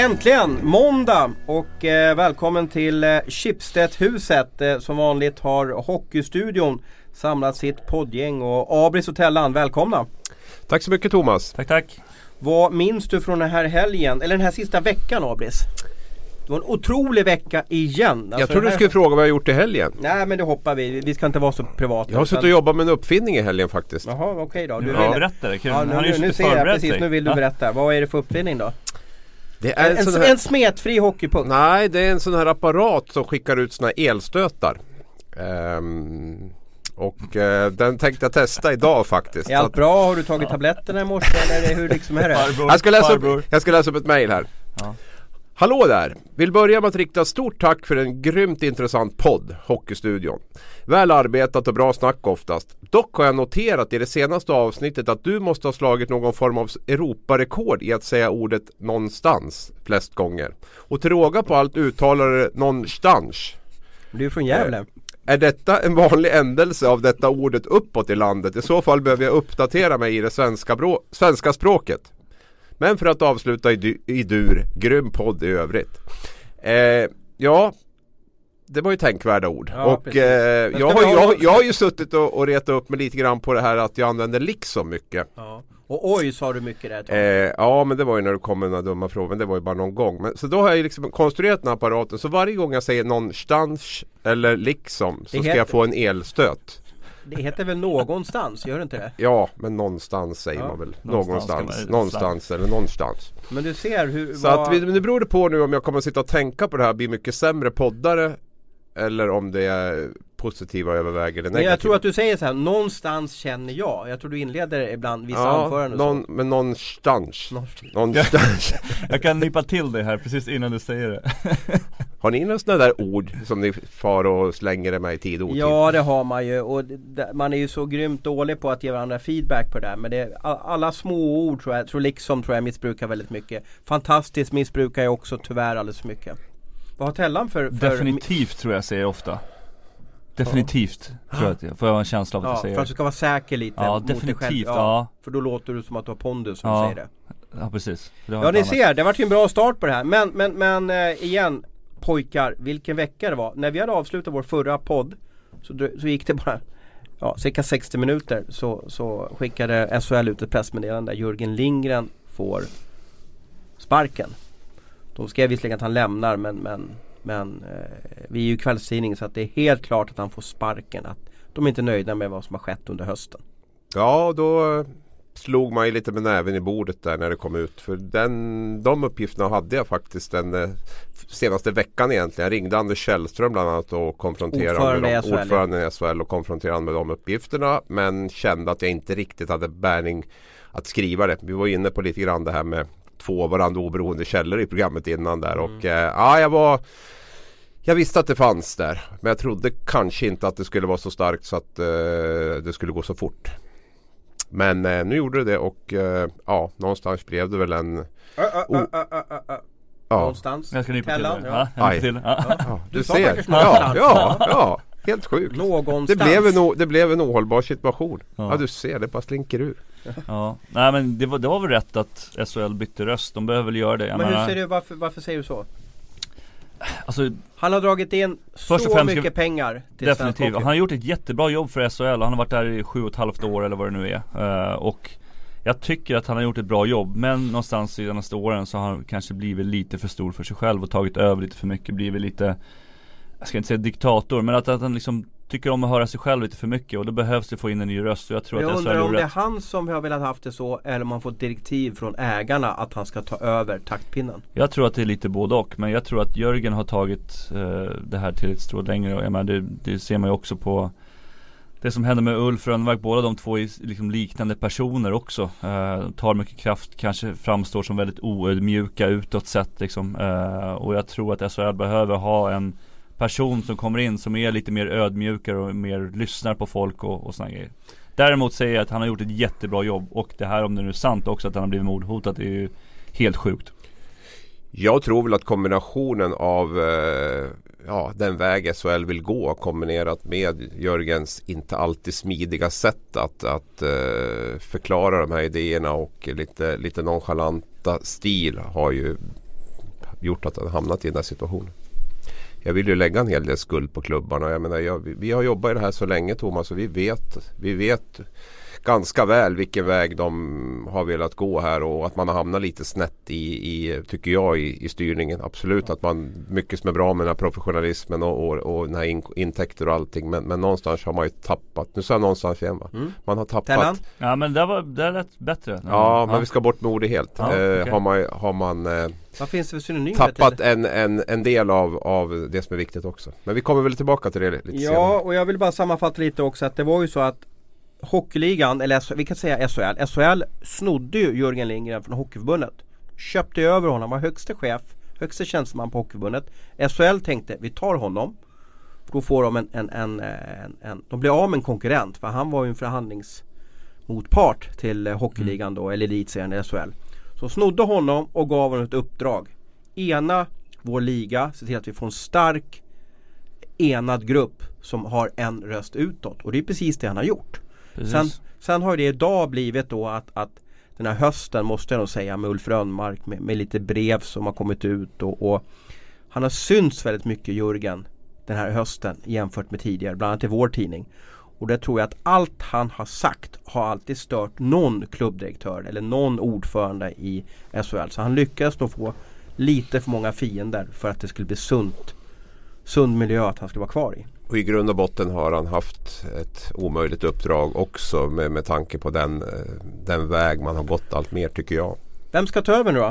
Äntligen måndag och välkommen till Schibsted-huset. Som vanligt har Hockeystudion samlat sitt poddgäng och Abris och Tellan, välkomna. Tack så mycket Thomas. Tack. Vad minns du från den här helgen, eller den här sista veckan, Abris? Det var en otrolig vecka igen. Alltså, jag tror du skulle fråga vad jag gjort i helgen. Nej, men det hoppar vi. Vi ska inte vara så privata. Jag har suttit och jobbat med en uppfinning i helgen faktiskt. Jaha, okej då. Du vill berätta det. Ja, nu ser jag precis, nu vill du berätta. Vad är det för uppfinning då? Det är en smetfri hockeypuck. Nej, det är en sån här apparat som skickar ut såna elstötar. Den tänkte jag testa idag faktiskt. Är allt bra? Har du tagit tabletterna i morse eller hur liksom är det? Jag ska läsa upp ett mejl här. Ja. Hallå där! Vill börja med att rikta stort tack för en grymt intressant podd, Hockeystudion. Väl arbetat och bra snack oftast. Dock har jag noterat i det senaste avsnittet att du måste ha slagit någon form av Europarekord i att säga ordet någonstans flest gånger. Och till råga på allt uttalar det någonstans. Du är från Gävle. Är detta en vanlig ändelse av detta ordet uppåt i landet? I så fall behöver jag uppdatera mig i det svenska språket. Men för att avsluta i dur, grym podd i övrigt. Ja, det var ju tänkvärda ord. Ja, och jag har ju suttit och retat upp mig lite grann på det här att jag använder liksom mycket. Ja. Och oj, sa du mycket där. Ja, men det var ju när du kom med den här dumma frågan. Det var ju bara någon gång. Men, så då har jag liksom konstruerat den här apparaten. Så varje gång jag säger någonstans eller liksom så ska jag få en elstöt. Det heter väl någonstans, gör det inte det? Ja, men någonstans säger man väl. Någonstans eller någonstans. Men du ser hur... Så att det beror det på nu om jag kommer att sitta och tänka på det här, blir mycket sämre poddare eller om det är positiva överväger det negativa. Men jag tror att du säger så här, någonstans känner jag. Jag tror du inleder ibland vissa anföranden. Men någonstans. Jag kan nypa till det här precis innan du säger det. Har ni några sådana där ord som ni far och slänger det med i tid och otid? Ja, det har man ju. Och man är ju så grymt dålig på att ge varandra feedback på det där. Men alla små ord tror jag missbrukar väldigt mycket. Fantastiskt missbrukar jag också tyvärr alldeles för mycket. Vad har Tellan för... Definitivt tror jag säger ofta. Definitivt tror jag att får jag en känsla av att du säger. För att du ska vara säker lite. Ja, definitivt. Ja. För då låter du som att du har pondus som säger det. Ja, precis. Ja, ni ser. Det har varit en bra start på det här. Men igen, pojkar, vilken vecka det var. När vi hade avslutat vår förra podd så gick det bara cirka 60 minuter så skickade SHL ut ett pressmeddelande där Jörgen Lindgren får sparken. De skrev visserligen att han lämnar men vi är ju kvällstidning så att det är helt klart att han får sparken. Att de är inte nöjda med vad som har skett under hösten. Ja, då slog man ju lite med näven i bordet där när det kom ut. För de uppgifterna hade jag faktiskt den senaste veckan egentligen. Jag ringde Anders Källström bland annat och konfronterade med ordföranden i SHL och konfronterade med de uppgifterna. Men kände att jag inte riktigt hade bärning att skriva det. Vi var inne på lite grann det här med 2 varandra oberoende källor i programmet innan där. Och jag visste att det fanns där. Men jag trodde kanske inte att det skulle vara så starkt så att det skulle gå så fort. Men nu gjorde det och någonstans blev det väl en... Någonstans. Jag ska nypa till det. Du ser. Ja, helt sjukt. Det blev en ohållbar situation. Ja, du ser, det bara slinker ur. Ja, nej men det var väl rätt att SHL bytte röst. De behöver väl göra det. Men hur ser du, varför säger du så? Alltså, han har dragit in så mycket pengar till definitivt. Han har gjort ett jättebra jobb för SHL. Han har varit där i 7,5 år eller vad det nu är. Och jag tycker att han har gjort ett bra jobb. Men någonstans i de senaste åren så har han kanske blivit lite för stor för sig själv och tagit över lite för mycket. Blivit lite, jag ska inte säga diktator, men att han liksom tycker om att höra sig själv lite för mycket. Och då behövs det få in en ny röst. Och jag undrar om det är han som har velat haft det så, eller om man får direktiv från ägarna att han ska ta över taktpinnen. Jag tror att det är lite både och. Men jag tror att Jörgen har tagit det här till ett strå längre. Och jag menar, det ser man ju också på det som händer med Ulf Rönnmark. Båda de två är liksom liknande personer också. Tar mycket kraft, kanske framstår som väldigt oödmjuka utåt sett liksom. Och jag tror att SHL behöver ha en person som kommer in som är lite mer ödmjukare och mer lyssnar på folk och såna grejer. Däremot säger jag att han har gjort ett jättebra jobb, och det här, om det nu är sant också att han har blivit mordhotad, är ju helt sjukt. Jag tror väl att kombinationen av den väg SHL vill gå kombinerat med Jörgens inte alltid smidiga sätt att förklara de här idéerna och lite nonchalanta stil har ju gjort att han hamnat i den här situationen. Jag vill ju lägga en hel del skuld på klubbarna. Jag menar, vi har jobbat i det här så länge, Thomas, och vi vet ganska väl vilken väg de har velat gå här, och att man har hamnat lite snett tycker jag i styrningen. Absolut att man mycket som är bra med den här professionalismen och den här intäkter och allting, men någonstans har man ju tappat. Nu sa jag någonstans igen, va? Man har tappat. Tellan? Ja, men det lät bättre. Ja, men vi ska bort med ord helt. Ja, okay. Har man vad finns det för synonym? Tappat en del av det som är viktigt också. Men vi kommer väl tillbaka till det lite senare. Ja, och jag vill bara sammanfatta lite också att det var ju så att Hockeyligan, eller vi kan säga SHL snodde ju Jörgen Lindgren från Hockeyförbundet. Köpte över honom, var högste chef, högste tjänsteman på Hockeyförbundet. SHL tänkte, vi tar honom. Då får de de blir av med en konkurrent, för han var ju en förhandlingsmotpart till Hockeyligan då, eller elitserien SHL. Så snodde honom och gav honom ett uppdrag. Ena vår liga, se till att vi får en stark enad grupp som har en röst utåt. Och det är precis det han har gjort. Sen har det idag blivit då att den här hösten, måste jag nog säga, med Ulf Rönnmark med lite brev som har kommit ut och han har synts väldigt mycket, Jörgen, den här hösten jämfört med tidigare, bland annat i vår tidning. Och det tror jag att allt han har sagt har alltid stört någon klubbdirektör eller någon ordförande i SHL. Så han lyckades nog få lite för många fiender för att det skulle bli sund miljö att han skulle vara kvar i. Och i grund och botten har han haft ett omöjligt uppdrag också med tanke på den väg man har gått allt mer, tycker jag. Vem ska ta över nu då?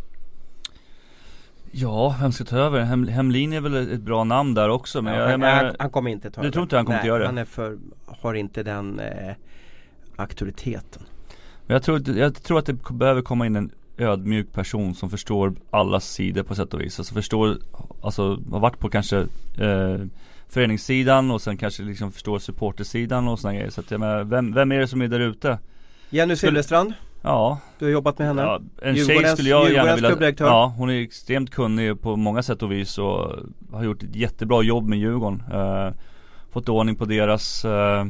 Ja, vem ska ta över? Hemlin är väl ett bra namn där också. Men han kommer inte ta över. Du tror inte han kommer att göra det? Han har inte den auktoriteten. Men jag tror att det behöver komma in en ödmjuk person som förstår alla sidor på sätt och vis. Alltså har varit på kanske föreningssidan och sen kanske liksom förstår supportersidan och såna grejer. Så att vem är det som är där ute? Jenny Silverstrand? Ja. Du har jobbat med henne? Ja, en tjej skulle jag gärna vilja. Ja, hon är extremt kunnig på många sätt och vis och har gjort ett jättebra jobb med Djurgården. Fått ordning på deras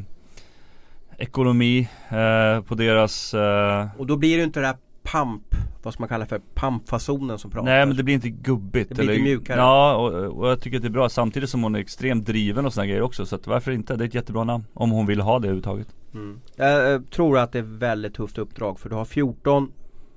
ekonomi, på deras och då blir det inte det här vad ska man kalla för pampfasonen som pratar. Nej, men det blir inte gubbigt. Det blir lite mjukare. Ja, och jag tycker att det är bra. Samtidigt som hon är extremt driven och såna grejer också. Så att varför inte? Det är ett jättebra namn. Om hon vill ha det överhuvudtaget. Jag tror att det är ett väldigt tufft uppdrag. För du har 14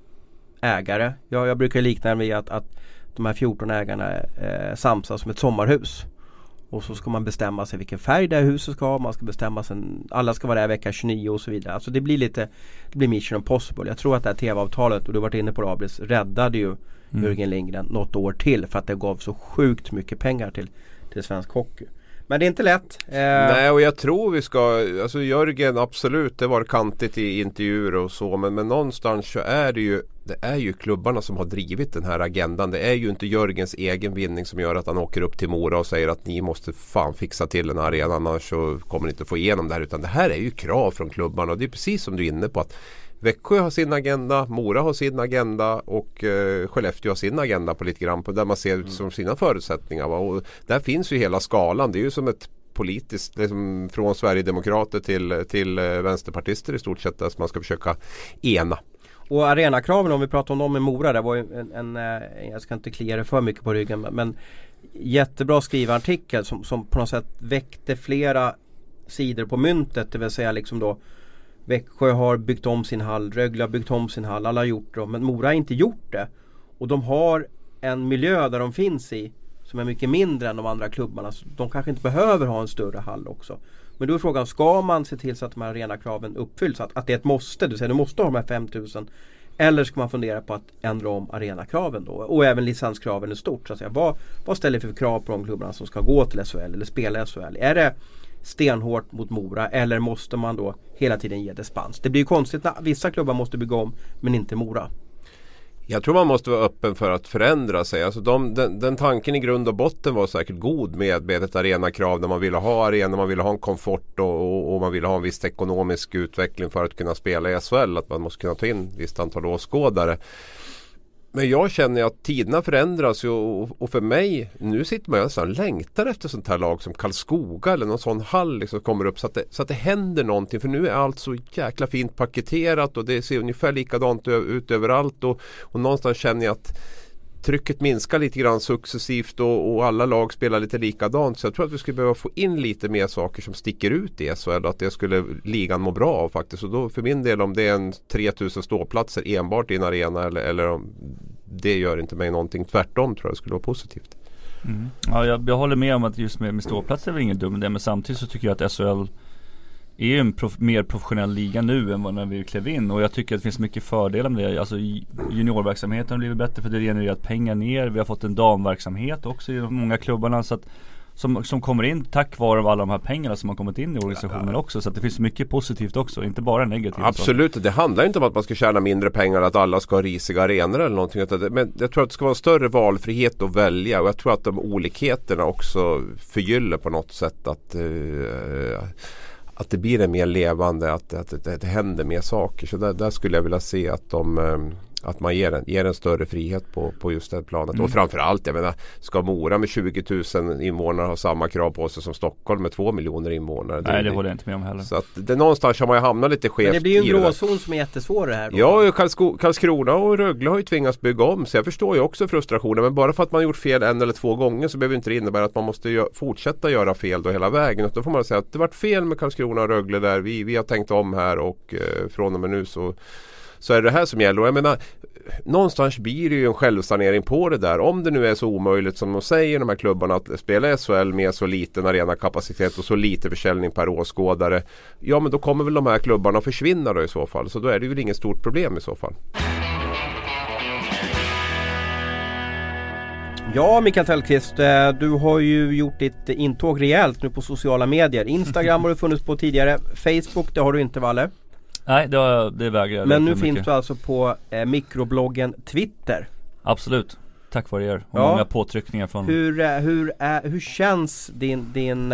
ägare. Jag brukar likna vid att de här 14 ägarna samsas som ett sommarhus. Och så ska man bestämma sig vilken färg det här huset ska ha. Man ska bestämma sig, alla ska vara där vecka 29 och så vidare. Alltså det blir mission impossible. Jag tror att det här tv-avtalet, och du har varit inne på det, Abris, räddade ju Jörgen Lindgren något år till. För att det gav så sjukt mycket pengar till svensk hockey. Men det är inte lätt. Nej, och jag tror vi ska, alltså Jörgen, absolut, det var kantigt i intervjuer och så, men någonstans så är det ju klubbarna som har drivit den här agendan. Det är ju inte Jörgens egen vinning som gör att han åker upp till Mora och säger att ni måste fan fixa till den här arenan, annars så kommer ni inte få igenom det här, utan det här är ju krav från klubbarna, och det är precis som du är inne på, att Växjö har sin agenda, Mora har sin agenda och Skellefteå har sin agenda på lite grann på där man ser ut som sina förutsättningar. Va? Och där finns ju hela skalan. Det är ju som ett politiskt, liksom från Sverigedemokrater till vänsterpartister i stort sett, där man ska försöka ena. Och arenakraven, om vi pratar om dem i Mora, det var ju jag ska inte klia det för mycket på ryggen, men jättebra skrivarartikel som på något sätt väckte flera sidor på myntet, det vill säga liksom då Växjö har byggt om sin hall, Rögle har byggt om sin hall, alla har gjort det, men Mora har inte gjort det. Och de har en miljö där de finns i som är mycket mindre än de andra klubbarna, så de kanske inte behöver ha en större hall också. Men då är frågan, ska man se till så att de här arenakraven uppfylls, att det är ett måste, du säger du måste ha de här 5000, eller ska man fundera på att ändra om arenakraven då, och även licenskraven är stort, så att säga. Vad ställer för krav på de klubbarna som ska gå till SHL eller spela SHL? Är det stenhårt mot Mora, eller måste man då hela tiden ge dispens? Det blir ju konstigt när vissa klubbar måste bygga om men inte Mora. Jag tror man måste vara öppen för att förändra sig. Alltså den tanken i grund och botten var säkert god med ett arenakrav, när man ville ha arena, man ville ha en komfort och man ville ha en viss ekonomisk utveckling för att kunna spela i SHL, att man måste kunna ta in ett visst antal åskådare. Men jag känner att tiderna förändras och för mig, nu sitter man nästan längtar efter sånt här lag som Karlskoga eller någon sån hall liksom kommer upp, så att det händer någonting, för nu är allt så jäkla fint paketerat och det ser ungefär likadant ut överallt, och någonstans känner jag att trycket minskar lite grann successivt och alla lag spelar lite likadant, så jag tror att vi skulle behöva få in lite mer saker som sticker ut i SHL, att det skulle ligan må bra av faktiskt. Och då för min del, om det är en 3000 ståplatser enbart i en arena eller om det gör inte mig någonting, tvärtom tror jag det skulle vara positivt. Ja, jag håller med om att just med ståplatser är väl ingen dum idé, men samtidigt så tycker jag att SHL är ju en mer professionell liga nu än vad när vi klev in, och jag tycker att det finns mycket fördelar med det. Alltså juniorverksamheten har blivit bättre för det genererat pengar ner. Vi har fått en damverksamhet också i många klubbarna, så att, som kommer in tack vare alla de här pengarna som har kommit in i organisationen också, så att det finns mycket positivt också, inte bara negativt. Absolut, det handlar inte om att man ska tjäna mindre pengar, att alla ska ha risiga arenor eller någonting, men jag tror att det ska vara en större valfrihet att välja, och jag tror att de olikheterna också förgyller på något sätt att det blir en mer levande, att det händer mer saker. Så där skulle jag vilja se att man ger en större frihet på just det planet. Och framförallt, jag menar, ska Mora med 20 000 invånare ha samma krav på sig som Stockholm med 2 miljoner invånare? Nej, det håller jag inte med om heller. Så att det någonstans har man ju hamnat lite skevt. Men det blir ju en gråzon som är jättesvår det här. Ja, Karlskrona och Rögle har ju tvingats bygga om, så jag förstår ju också frustrationen. Men bara för att man gjort fel 1 eller 2 gånger så behöver inte det innebära att man måste fortsätta göra fel då hela vägen. Och då får man säga att det varit fel med Karlskrona och Rögle där. Vi har tänkt om här, och från och med nu så är det här som gäller. Och jag menar, någonstans blir det ju en självsanering på det där. Om det nu är så omöjligt som de säger, de här klubbarna, att spela SHL med så liten arenakapacitet och så lite försäljning per åskådare, ja men då kommer väl de här klubbarna försvinna då i så fall. Så då är det ju inget stort problem i så fall. Ja, Mikael Tellqvist, du har ju gjort ditt intåg rejält nu på sociala medier. Instagram har du funnits på tidigare. Facebook, det har du inte, Valle? Nej, det vägrar jag. Men nu finns du alltså på mikrobloggen Twitter. Absolut, tack vare er. Och många påtryckningar från... Hur känns din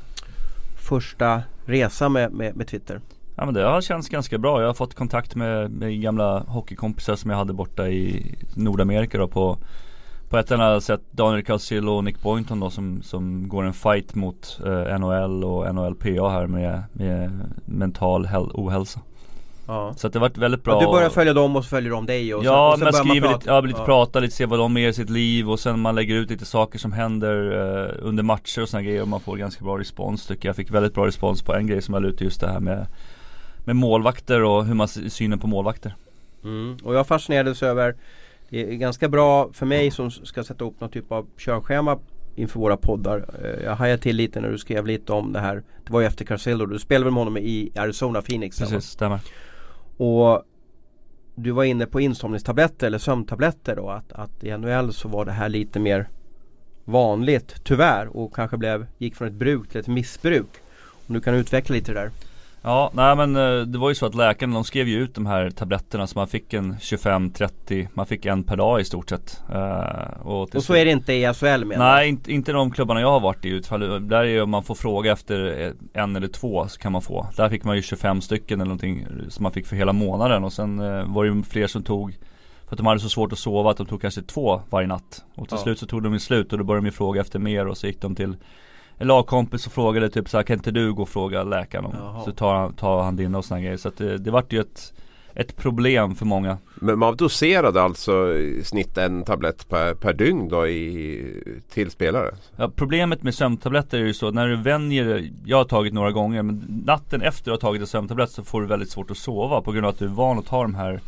första resa med Twitter? Ja, men det har känts ganska bra. Jag har fått kontakt med gamla hockeykompisar som jag hade borta i Nordamerika då, på ett eller annat sätt. Daniel Calcillo och Nick Boynton då, som går en fight mot NHL och NHLPA här med mental ohälsa. Ja. Så att det har varit väldigt bra. Ja, du börjar följa dem och så följer de dig. Och ja, och man skriver lite prata lite, se vad de är i sitt liv, och sen man lägger ut lite saker som händer under matcher och såna grejer, och man får ganska bra respons tycker jag. Fick väldigt bra respons på en grej som jag la ut, just det här med målvakter och hur man synen på målvakter. Och jag fascinerades över, det är ganska bra för mig som ska sätta upp någon typ av körschema inför våra poddar. Jag hajade till lite när du skrev lite om det här. Det var ju efter Carcillo. Du spelade med honom i Arizona Phoenix. Precis, stämmer. Och du var inne på insomningstabletter eller sömntabletter då. Att i NHL så var det här lite mer vanligt, tyvärr. Och kanske gick från ett bruk till ett missbruk. Om du kan utveckla lite det där. Ja, nej men det var ju så att läkarna, de skrev ju ut de här tabletterna, så man fick en 25-30, man fick en per dag i stort sett. Och så är det inte i SHL med? Nej, inte de klubbarna jag har varit i utfall. Där är ju, om man får fråga efter 1 eller 2 så kan man få. Där fick man ju 25 stycken eller någonting som man fick för hela månaden, och sen var det ju fler som tog, för att de hade så svårt att sova, att de tog kanske 2 varje natt. Och till slut så tog de i slut, och då började de ju fråga efter mer, och så gick de till en lagkompis och frågade typ så här, kan inte du gå och fråga läkaren om? Så tar han dina och såna grejer. Så att det vart ju ett problem för många. Men man doserade alltså i snitt 1 tablett per dygn då till spelare? Ja, problemet med sömntabletter är ju så att när du vänjer, jag har tagit några gånger, men natten efter att du har tagit en sömntablett så får du väldigt svårt att sova på grund av att du är van att ta de här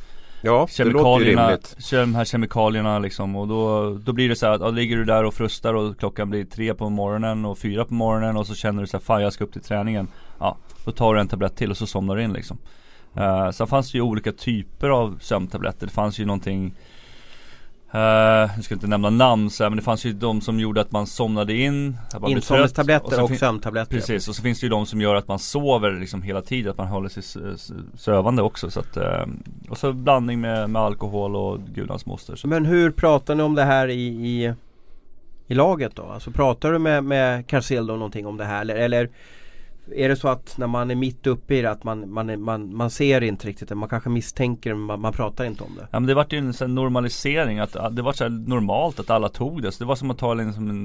kemikalierna liksom, och då blir det så här att ligger du där och frustar och klockan blir 3 på morgonen och 4 på morgonen, och så känner du så här, fan jag ska upp till träningen, då tar du en tablett till och så somnar du in liksom. Sen fanns det ju olika typer av sömntabletter. Det fanns ju någonting, jag ska inte nämna namn så här, men det fanns ju de som gjorde att man somnade in, insomningstabletter och sömntabletter. Precis, och så finns det ju de som gör att man sover liksom hela tiden, att man håller sig sövande också, så att, och så blandning med alkohol och gudans moster. Så. Men hur pratar ni om det här i laget då? Alltså pratar du med Carcillo någonting om det här, eller Är det så att när man är mitt uppe i det att man ser inte riktigt det, man kanske misstänker, man pratar inte om det? Ja, men det var ju en sån normalisering, att det var så här normalt att alla tog det. Så det var som att ta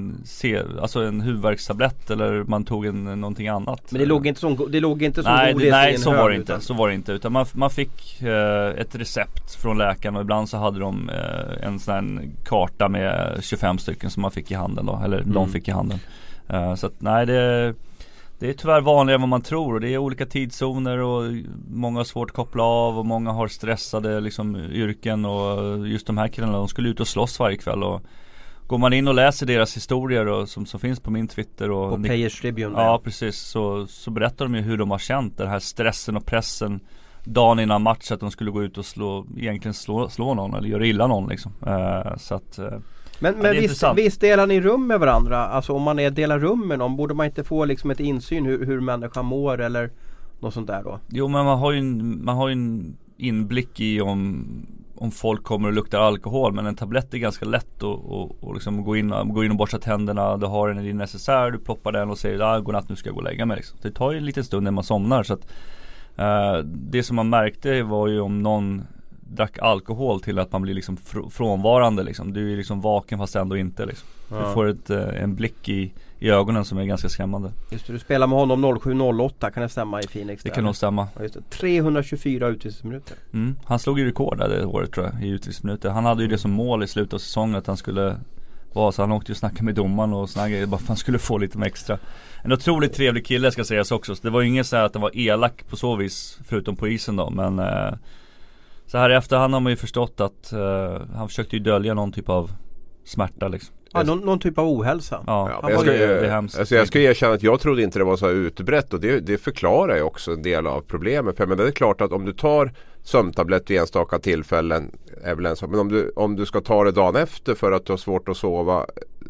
en huvudvärkstablett, eller man tog någonting annat. Men det låg inte som nej, så var det inte. Så var det inte, utan man fick ett recept från läkaren, och ibland så hade de en sån här karta med 25 stycken som man fick i handen då, eller de fick i handen. Så att nej, det är tyvärr vanligare än vad man tror, och det är olika tidszoner, och många har svårt att koppla av, och många har stressade liksom yrken, och just de här killarna, de skulle ut och slåss varje kväll, och går man in och läser deras historier och som finns på min Twitter och på Players Tribune, ja precis, så berättar de ju hur de har känt den här stressen och pressen dagen innan match, att de skulle gå ut och slå någon eller göra illa någon liksom. Så att Men visst delar ni rum med varandra? Alltså om man delar rum med någon, borde man inte få liksom ett insyn hur människan mår eller något sånt där då? Jo, men man har ju en inblick i om folk kommer och luktar alkohol, men en tablett är ganska lätt att liksom gå in och borsta tänderna. Du har den i din necessär, du ploppar den och säger godnatt, nu ska jag gå och lägga mig liksom. Det tar ju en liten stund när man somnar, så att det som man märkte var ju om någon drack alkohol till att man blir liksom frånvarande liksom. Du är liksom vaken fast ändå inte liksom. Ja. Du får en blick i ögonen som är ganska skrämmande. Just det, du spelar med honom 07-08, kan det stämma i Phoenix? Det kan nog stämma. Ja, just det. 324 utvisningsminuter. Han slog ju rekord där det året tror jag, i utvisningsminuter. Han hade ju det som mål i slutet av säsongen, att han skulle vara, så han åkte ju och snackade med domaren och snackade bara för att han skulle få lite med extra. En otroligt trevlig kille ska sägas också, så det var ju inget så här att han var elak på så vis, förutom på isen då, men så här i efterhand har man ju förstått att han försökte ju dölja någon typ av smärta liksom. Ja, någon typ av ohälsa. Ja, jag ska erkänna att jag trodde inte det var så utbrett, och det förklarar ju också en del av problemet. För men det är klart att om du tar sömntablett vid enstaka tillfällen är väl en sak, men om du ska ta det dagen efter för att du har svårt att sova,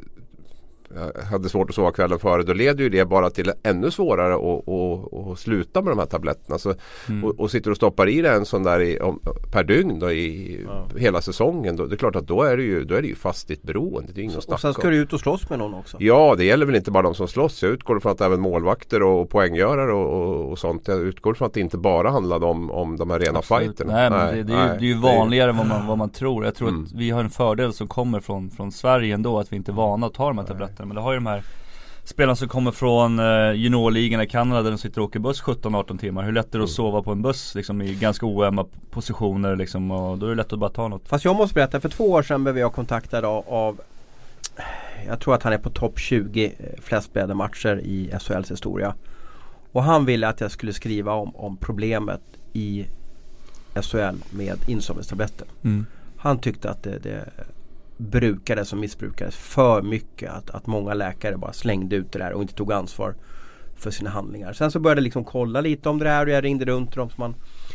hade svårt att sova kvällen före, då leder ju det bara till ännu svårare att sluta med de här tabletterna. Så, och sitter och stoppar i det en sån där per dygn då, i hela säsongen, då, det är klart att då är det ju fast i ett beroende. Det är ingen och sen ska du ut och slåss med någon också. Ja, det gäller väl inte bara de som slåss. Jag utgår från att även målvakter och poänggörare och sånt. Jag utgår från att det inte bara handlade om de här rena fighterna. Nej, men det är ju vanligare än vad man tror. Jag tror att vi har en fördel som kommer från Sverige ändå, att vi inte är vana att ta de här tabletterna. Men det har ju de här spelarna som kommer från juniorligan i Kanada, där de sitter och åker buss 17-18 timmar. Hur lätt är det att sova på en buss liksom, i ganska oömma positioner liksom, och då är det lätt att bara ta något. Fast jag måste berätta, för 2 år sedan blev jag kontaktad av jag tror att han är på topp 20 flest spelade matcher i SHLs historia. Och han ville att jag skulle skriva om problemet i SHL med insomningstabletter. Han tyckte att det brukades och missbrukades för mycket, att många läkare bara slängde ut det där och inte tog ansvar för sina handlingar. Sen så började jag liksom kolla lite om det där, och jag ringde runt till dem som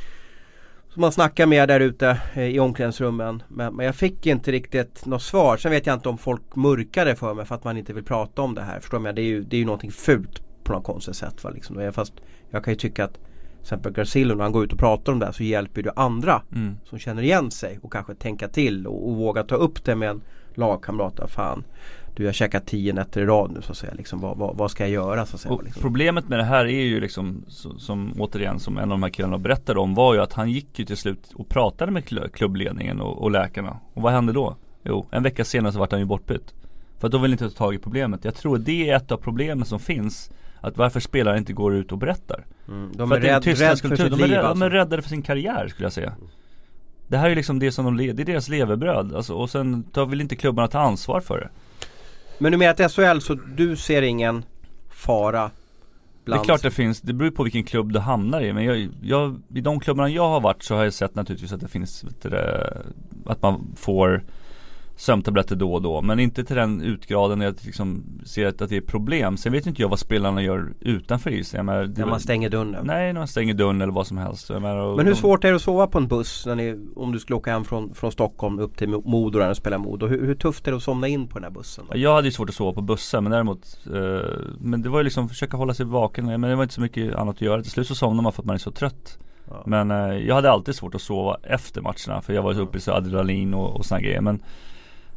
man snackar med där ute i omklädningsrummen, men jag fick inte riktigt något svar. Sen vet jag inte om folk mörkade för mig för att man inte vill prata om det här, förstår mig? Det är ju någonting fult på något konstigt sätt, va? Liksom. Fast jag kan ju tycka att till exempel Garcillo, när han går ut och pratar om det här, så hjälper det andra som känner igen sig och kanske tänka till och våga ta upp det med en lagkamrat. Fan, du har käkat 10 nätter i rad nu, så att säga. Liksom, vad ska jag göra? Så att säga, liksom. Problemet med det här är ju liksom, som återigen som en av de här killarna berättade om, var ju att han gick ju till slut och pratade med klubbledningen och läkarna. Och vad hände då? Jo, en vecka senare så var han ju bortbytt. För att då vill inte ta tag i problemet. Jag tror det är ett av problemen som finns, att varför spelare inte går ut och berättar. De är rädda för sitt liv. De är räddade för sin karriär, skulle jag säga. Det här är liksom det som det är deras levebröd. Alltså, och sen vill inte klubbarna ta ansvar för det. Men du menar att SHL, så du ser ingen fara bland... Det är klart det finns, det beror på vilken klubb du hamnar i. Men jag i de klubbarna jag har varit, så har jag sett naturligtvis att det finns att man får sömntabletter då och då, men inte till den utgraden att liksom ser att det är problem. Sen vet inte jag vad spelarna gör utanför is. När man stänger dörren. Nej, när man stänger dörren eller vad som helst. Men hur svårt är det att sova på en buss om du skulle åka hem från Stockholm upp till Modo och spela Modo? Hur tufft är det att somna in på den här bussen då? Jag hade ju svårt att sova på bussen, men däremot men det var ju liksom försöka hålla sig vaken, men det var inte så mycket annat att göra. Till slut så somnar man för att man är så trött. Ja. Men jag hade alltid svårt att sova efter matcherna, för jag var så uppe i så adrenalin och såna grejer. Men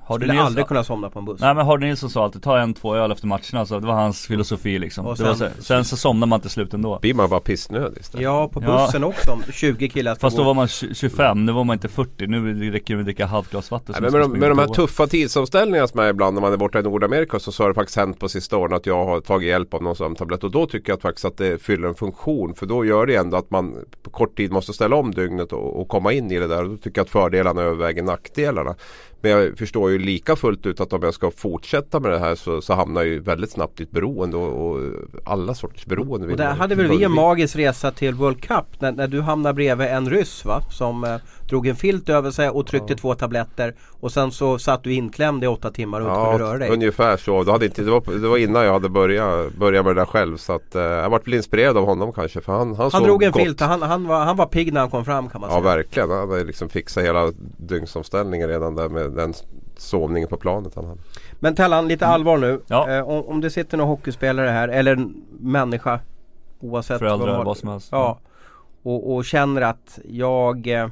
Skulle aldrig kunna somna på en buss. Nej, men Hardy Nilsson sa alltid ta 1-2 öl efter matcherna, så det var hans filosofi liksom. Och sen så somnar man till slut ändå. Blir man bara pissnödig istället. Ja, på bussen också. 20 killar. Fast då var man 25, nu var man inte 40. Nu räcker det med att dricka halvt glas vatten. Nej, men med de här tuffa tidsomställningarna som är ibland när man är borta i Nordamerika, så har det faktiskt hänt på sista åren att jag har tagit hjälp av någon sömntablett. Och då tycker jag faktiskt att det fyller en funktion. För då gör det ändå att man på kort tid måste ställa om dygnet och komma in i det där. Och då tycker jag att fördelarna överväger nackdelarna. Men jag förstår ju lika fullt ut att om jag ska fortsätta med det här så hamnar jag ju väldigt snabbt i ett beroende och alla sorters beroende. Och där hade väl vi en magisk resa till World Cup när du hamnade bredvid en ryss, va? Som drog en filt över sig och tryckte 2 tabletter och sen så satt du inklämd i 8 timmar och inte kunde röra dig. Ungefär så. Det var innan jag hade börjat med det där själv, så att jag var väl inspirerad av honom kanske, för han drog en gott. filt och han var pigg när han kom fram, kan man säga. Ja, verkligen. Han hade liksom fixat hela dygnsomställningen redan där med den sovningen på planet han hade. Men Tellan, lite allvar nu. Ja. Om det sitter någon hockeyspelare här eller en människa, oavsett föräldrar, vad som helst. Ja. Och känner att jag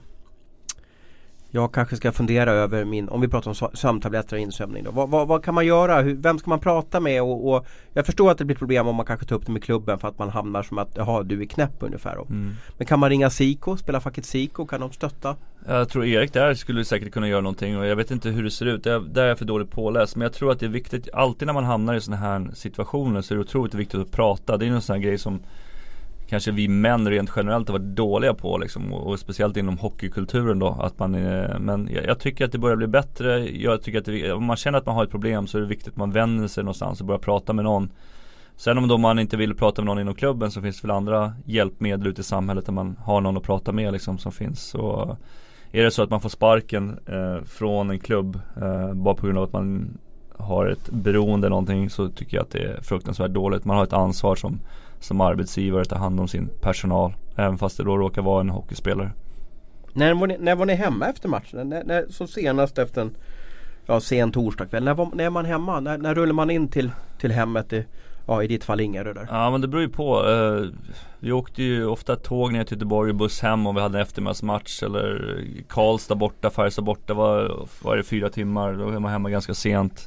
kanske ska fundera över om vi pratar om sömntabletter och insömning då. Vad kan man göra? Vem ska man prata med? Och jag förstår att det blir problem om man kanske tar upp det med klubben för att man hamnar som att du är knäpp ungefär. Men kan man ringa Siko? Spela facket Siko? Kan de stötta? Jag tror Erik där skulle säkert kunna göra någonting, och jag vet inte hur det ser ut. Där är jag för dåligt påläst. Men jag tror att det är viktigt, alltid när man hamnar i sådana här situationer så är det otroligt viktigt att prata. Det är en sån här grej som kanske vi män rent generellt har varit dåliga på liksom, och speciellt inom hockeykulturen då, att man men jag tycker att det börjar bli bättre. Jag tycker att om man känner att man har ett problem så är det viktigt att man vänder sig någonstans och börjar prata med någon. Sen om då man inte vill prata med någon inom klubben, så finns det väl andra hjälpmedel ute i samhället där man har någon att prata med liksom, som finns. Så är det så att man får sparken från en klubb bara på grund av att man har ett beroende eller någonting, så tycker jag att det är fruktansvärt dåligt. Man har ett ansvar som arbetsgivare att ta hand om sin personal, även fast det då råkar vara en hockeyspelare. När var ni hemma efter matchen? När, så senast efter en sen torsdagkväll. När är man hemma? När rullar man in till hemmet i ditt fall Ingarö där? Ja, men det beror ju på. Vi åkte ju ofta tåg ner till Göteborg och buss hem om vi hade en eftermiddagsmatch, eller Karlstad borta, Färjestad borta var det 4 timmar. Då är man hemma ganska sent.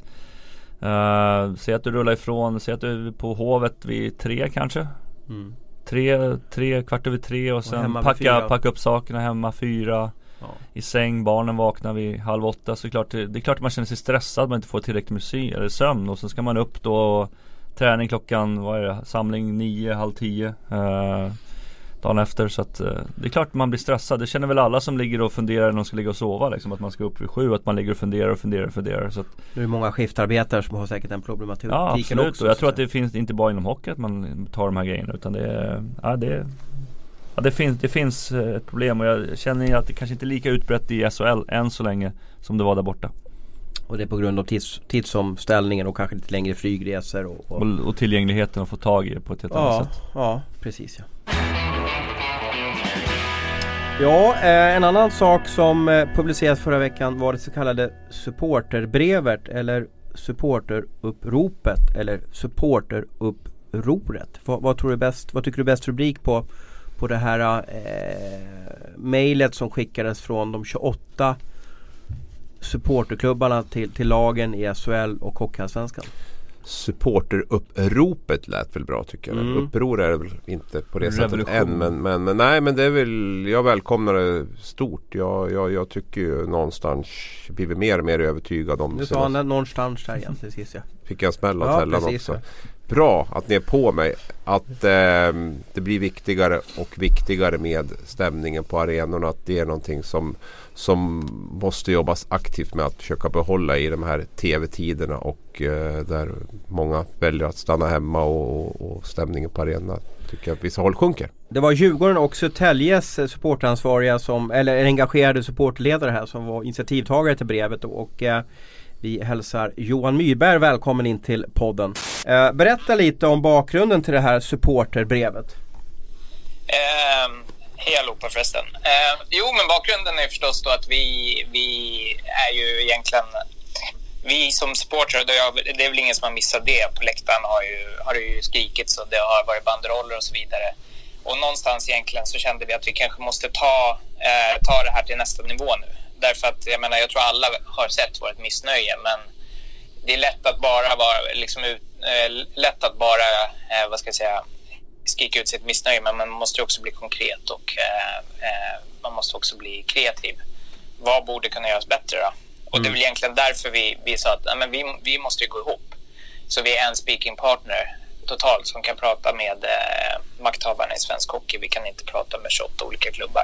Säg att du rullar ifrån, säg att du är på Hovet vid 3 kanske. 3, kvart över 3 och sen packa upp sakerna hemma 4. I säng, barnen vaknar vid 7:30. Så det är klart att man känner sig stressad, man inte får tillräckligt musik eller sömn. Och så ska man upp då och träning klockan, samling 9, 9:30 dagen efter. Så att det är klart att man blir stressad. Det känner väl alla som ligger och funderar när de ska ligga och sova liksom, att man ska upp vid 7, att man ligger och funderar. Så att det är många skiftarbetare som har säkert en problematik. Ja, absolut. Också, och jag tror att det finns inte bara inom hockey att man tar de här grejerna, utan det finns ett problem, och jag känner att det kanske inte är lika utbrett i SHL än så länge som det var där borta. Och det är på grund av tidsomställningen och kanske lite längre flygresor och tillgängligheten att få tag i det på ett helt annat sätt. Ja, precis. Ja, en annan sak som publicerades förra veckan var det så kallade supporterbrevet, eller supporteruppropet, eller supporterupproret. Vad tycker du är bäst rubrik på det här mejlet som skickades från de 28 supporterklubbarna till lagen i SHL och Hockeyallsvenskan? Supporteruppropet lät väl bra, tycker jag. Uppror är det väl inte på det sättet än, men nej, men det är väl, jag välkomnar det stort. Jag tycker ju någonstans blir vi mer och mer övertygad om det. Du sa han någonstans där igen, precis. Fick jag smälla Tellan också. Ja. Bra att ni är på mig, att det blir viktigare och viktigare med stämningen på arenorna, att det är någonting som måste jobbas aktivt med att försöka behålla i de här tv-tiderna, och där många väljer att stanna hemma och stämningen på arenorna tycker jag att vissa håll sjunker. Det var Djurgården och Södertäljes supportansvariga eller engagerade supportledare här som var initiativtagare till brevet, och vi hälsar Johan Myrberg välkommen in till podden. Berätta lite om bakgrunden till det här supporterbrevet. Hej allihopa förresten. Men bakgrunden är förstås då att vi är ju egentligen, vi som supportrar, det är väl ingen som har missat det. På läktaren har det ju skrikits och det har varit banderoller och så vidare. Och någonstans egentligen så kände vi att vi kanske måste ta det här till nästa nivå nu. Därför att jag tror alla har sett vårt missnöje, men det är lätt att bara vara vad ska jag säga, skrika ut sitt missnöje, men man måste också bli konkret och man måste också bli kreativ. Vad borde kunna göras bättre då? Och det är väl egentligen därför vi sa att vi måste ju gå ihop. Så vi är en speaking partner totalt som kan prata med makthavarna i svensk hockey. Vi kan inte prata med 28 olika klubbar.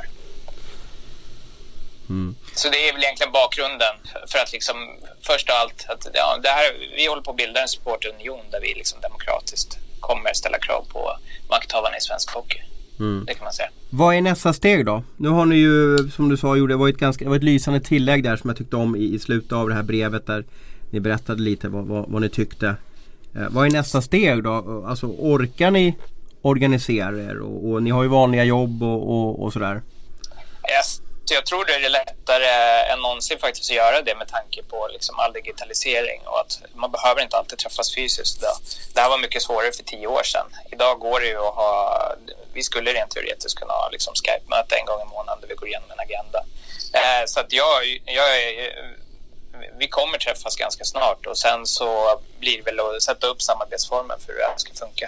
Så det är väl egentligen bakgrunden för att liksom, först av allt att det här, vi håller på att bilda en supportunion där vi liksom demokratiskt kommer ställa krav på makthavarna i svensk hockey. Det kan man säga. Vad är nästa steg då? Nu har ni ju, som du sa, det var ett lysande tillägg där som jag tyckte om i slutet av det här brevet där ni berättade lite vad ni tyckte. Vad är nästa steg då? Alltså, orkar ni organisera er? Och ni har ju vanliga jobb och sådär. Yes. Så jag tror det är lättare än någonsin faktiskt att göra det med tanke på liksom all digitalisering och att man behöver inte alltid träffas fysiskt idag. Det här var mycket svårare för 10 år sedan. Idag går det ju att ha, vi skulle rent teoretiskt kunna ha liksom Skype-möte en gång i månaden där vi går igenom en agenda. Så att vi kommer träffas ganska snart och sen så blir det väl att sätta upp samarbetsformen för hur det här ska funka.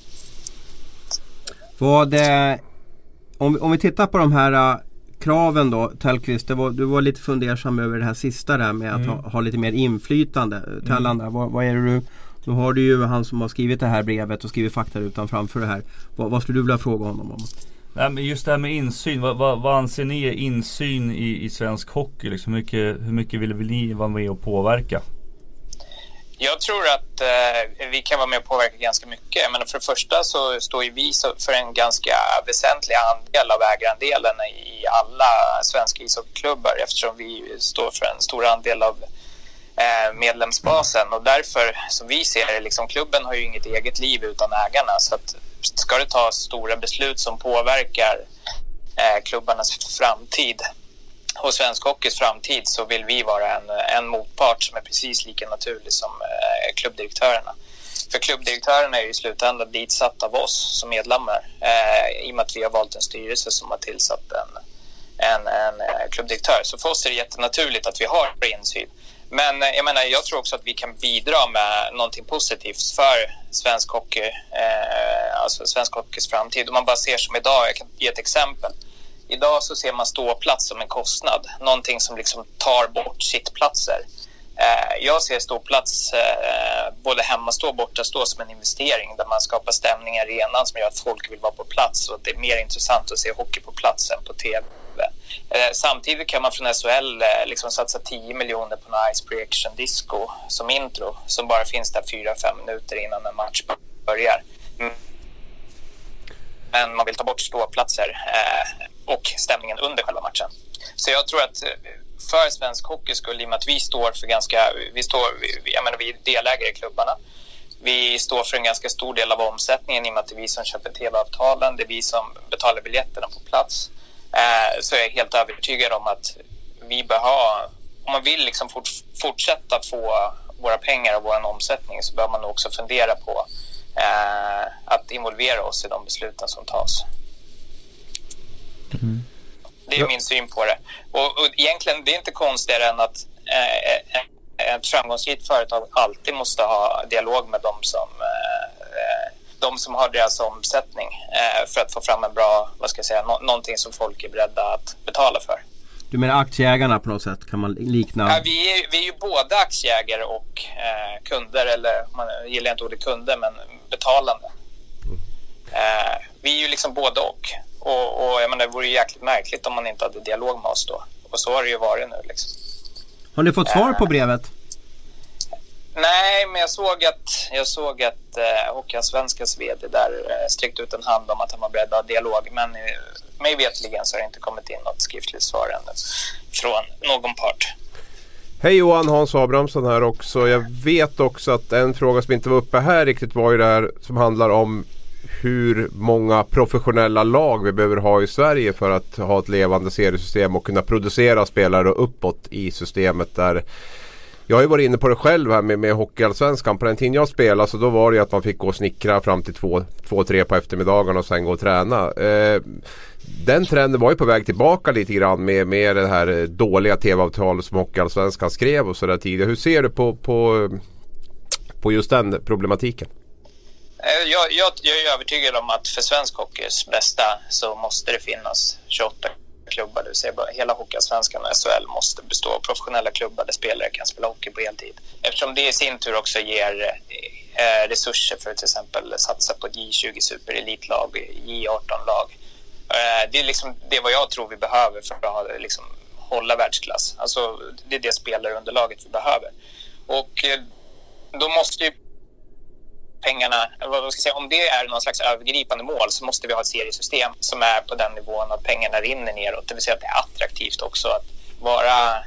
Om vi tittar på de här kraven då, Tellqvist, du var lite fundersam över det här sista där med att ha lite mer inflytande. Tellan där, vad är det nu har du ju han som har skrivit det här brevet och skrivit faktarutan framför det här. Vad skulle du vilja fråga honom om? Nej, men just det här med insyn, vad anser ni är insyn i svensk hockey? Liksom, hur mycket vill ni vara med och påverka? Jag tror att vi kan vara med och påverka ganska mycket. Men för det första så står ju vi för en ganska väsentlig andel av ägarandelen i alla svenska ishockeyklubbar eftersom vi står för en stor andel av medlemsbasen. Och därför, som vi ser det, liksom, klubben har ju inget eget liv utan ägarna. Så att ska det ta stora beslut som påverkar klubbarnas framtid och svensk hockeys framtid så vill vi vara en motpart som är precis lika naturlig som klubbdirektörerna. För klubbdirektörerna är ju i slutändan ditsatt av oss som medlemmar i och med att vi har valt en styrelse som har tillsatt en klubbdirektör. Så för oss är det jättenaturligt att vi har insyn. Men jag tror också att vi kan bidra med någonting positivt för svensk hockey, alltså svensk hockeys framtid. Om man bara ser som idag, jag kan ge ett exempel. Idag så ser man ståplats som en kostnad. Någonting som liksom tar bort sittplatser. Jag ser ståplats både hemmastå och bortastå som en investering. Där man skapar stämning i arenan som gör att folk vill vara på plats. Och det är mer intressant att se hockey på plats än på tv. Samtidigt kan man från SHL liksom satsa 10 miljoner på en Ice Reaction Disco som intro. Som bara finns där 4-5 minuter innan en match börjar. Men man vill ta bort ståplatser och stämningen under själva matchen. Så jag tror att för svensk hockey skulle, i och med att vi står för vi är delägare i klubbarna. Vi står för en ganska stor del av omsättningen i och med att det är vi som köper tv-avtalen, det är vi som betalar biljetterna på plats. Så jag är helt övertygad om att vi bör ha, om man vill liksom fortsätta få våra pengar och vår omsättning så bör man också fundera på att involvera oss i de besluten som tas. Det är min syn på det. Och egentligen det är inte konstigare än att ett framgångsrikt företag alltid måste ha dialog med de som har deras omsättning för att få fram en bra, någonting som folk är beredda att betala för. Du menar aktieägarna på något sätt, kan man likna? Ja, vi är ju både aktieägare och kunder, eller man gillar inte ordet kunder, men betalande. Vi är ju liksom både och jag menar, det vore ju jäkligt märkligt om man inte hade dialog med oss då. Och så har det ju varit nu liksom. Har ni fått svar på brevet? Nej, men jag såg att Hockeyallsvenskans vd där sträckte ut en hand om att han var beredd att ha dialog. Men mig vetligen så har det inte kommit in något skriftligt svar ännu från någon part. Hej Johan, Hans Abrahamsson här också. Jag vet också att en fråga som inte var uppe här riktigt var ju det här som handlar om hur många professionella lag vi behöver ha i Sverige för att ha ett levande seriesystem och kunna producera spelare uppåt i systemet där Jag har ju varit inne på det själv här med Hockeyallsvenskan. På den tiden jag spelade så då var det ju att man fick gå och snickra fram till 2-3 på eftermiddagen och sen gå och träna. Den trenden var ju på väg tillbaka lite grann med det här dåliga tv-avtalet som Hockeyallsvenskan skrev och sådär tidigare. Hur ser du på just den problematiken? Jag är övertygad om att för svensk hockeys bästa så måste det finnas 28 klubbar, det vill säga hela Hockeyallsvenskan och SHL måste bestå av professionella klubbar där spelare kan spela hockey på heltid. Eftersom det i sin tur också ger resurser för att till exempel satsa på J20 superelitlag, J18-lag. Det är liksom det vad jag tror vi behöver för att liksom hålla världsklass. Alltså det är det spelarunderlaget vi behöver. Och då måste ju pengarna, vad ska jag säga, om det är någon slags övergripande mål så måste vi ha ett seriesystem som är på den nivån att pengarna rinner neråt. Det vill säga att det är attraktivt också att vara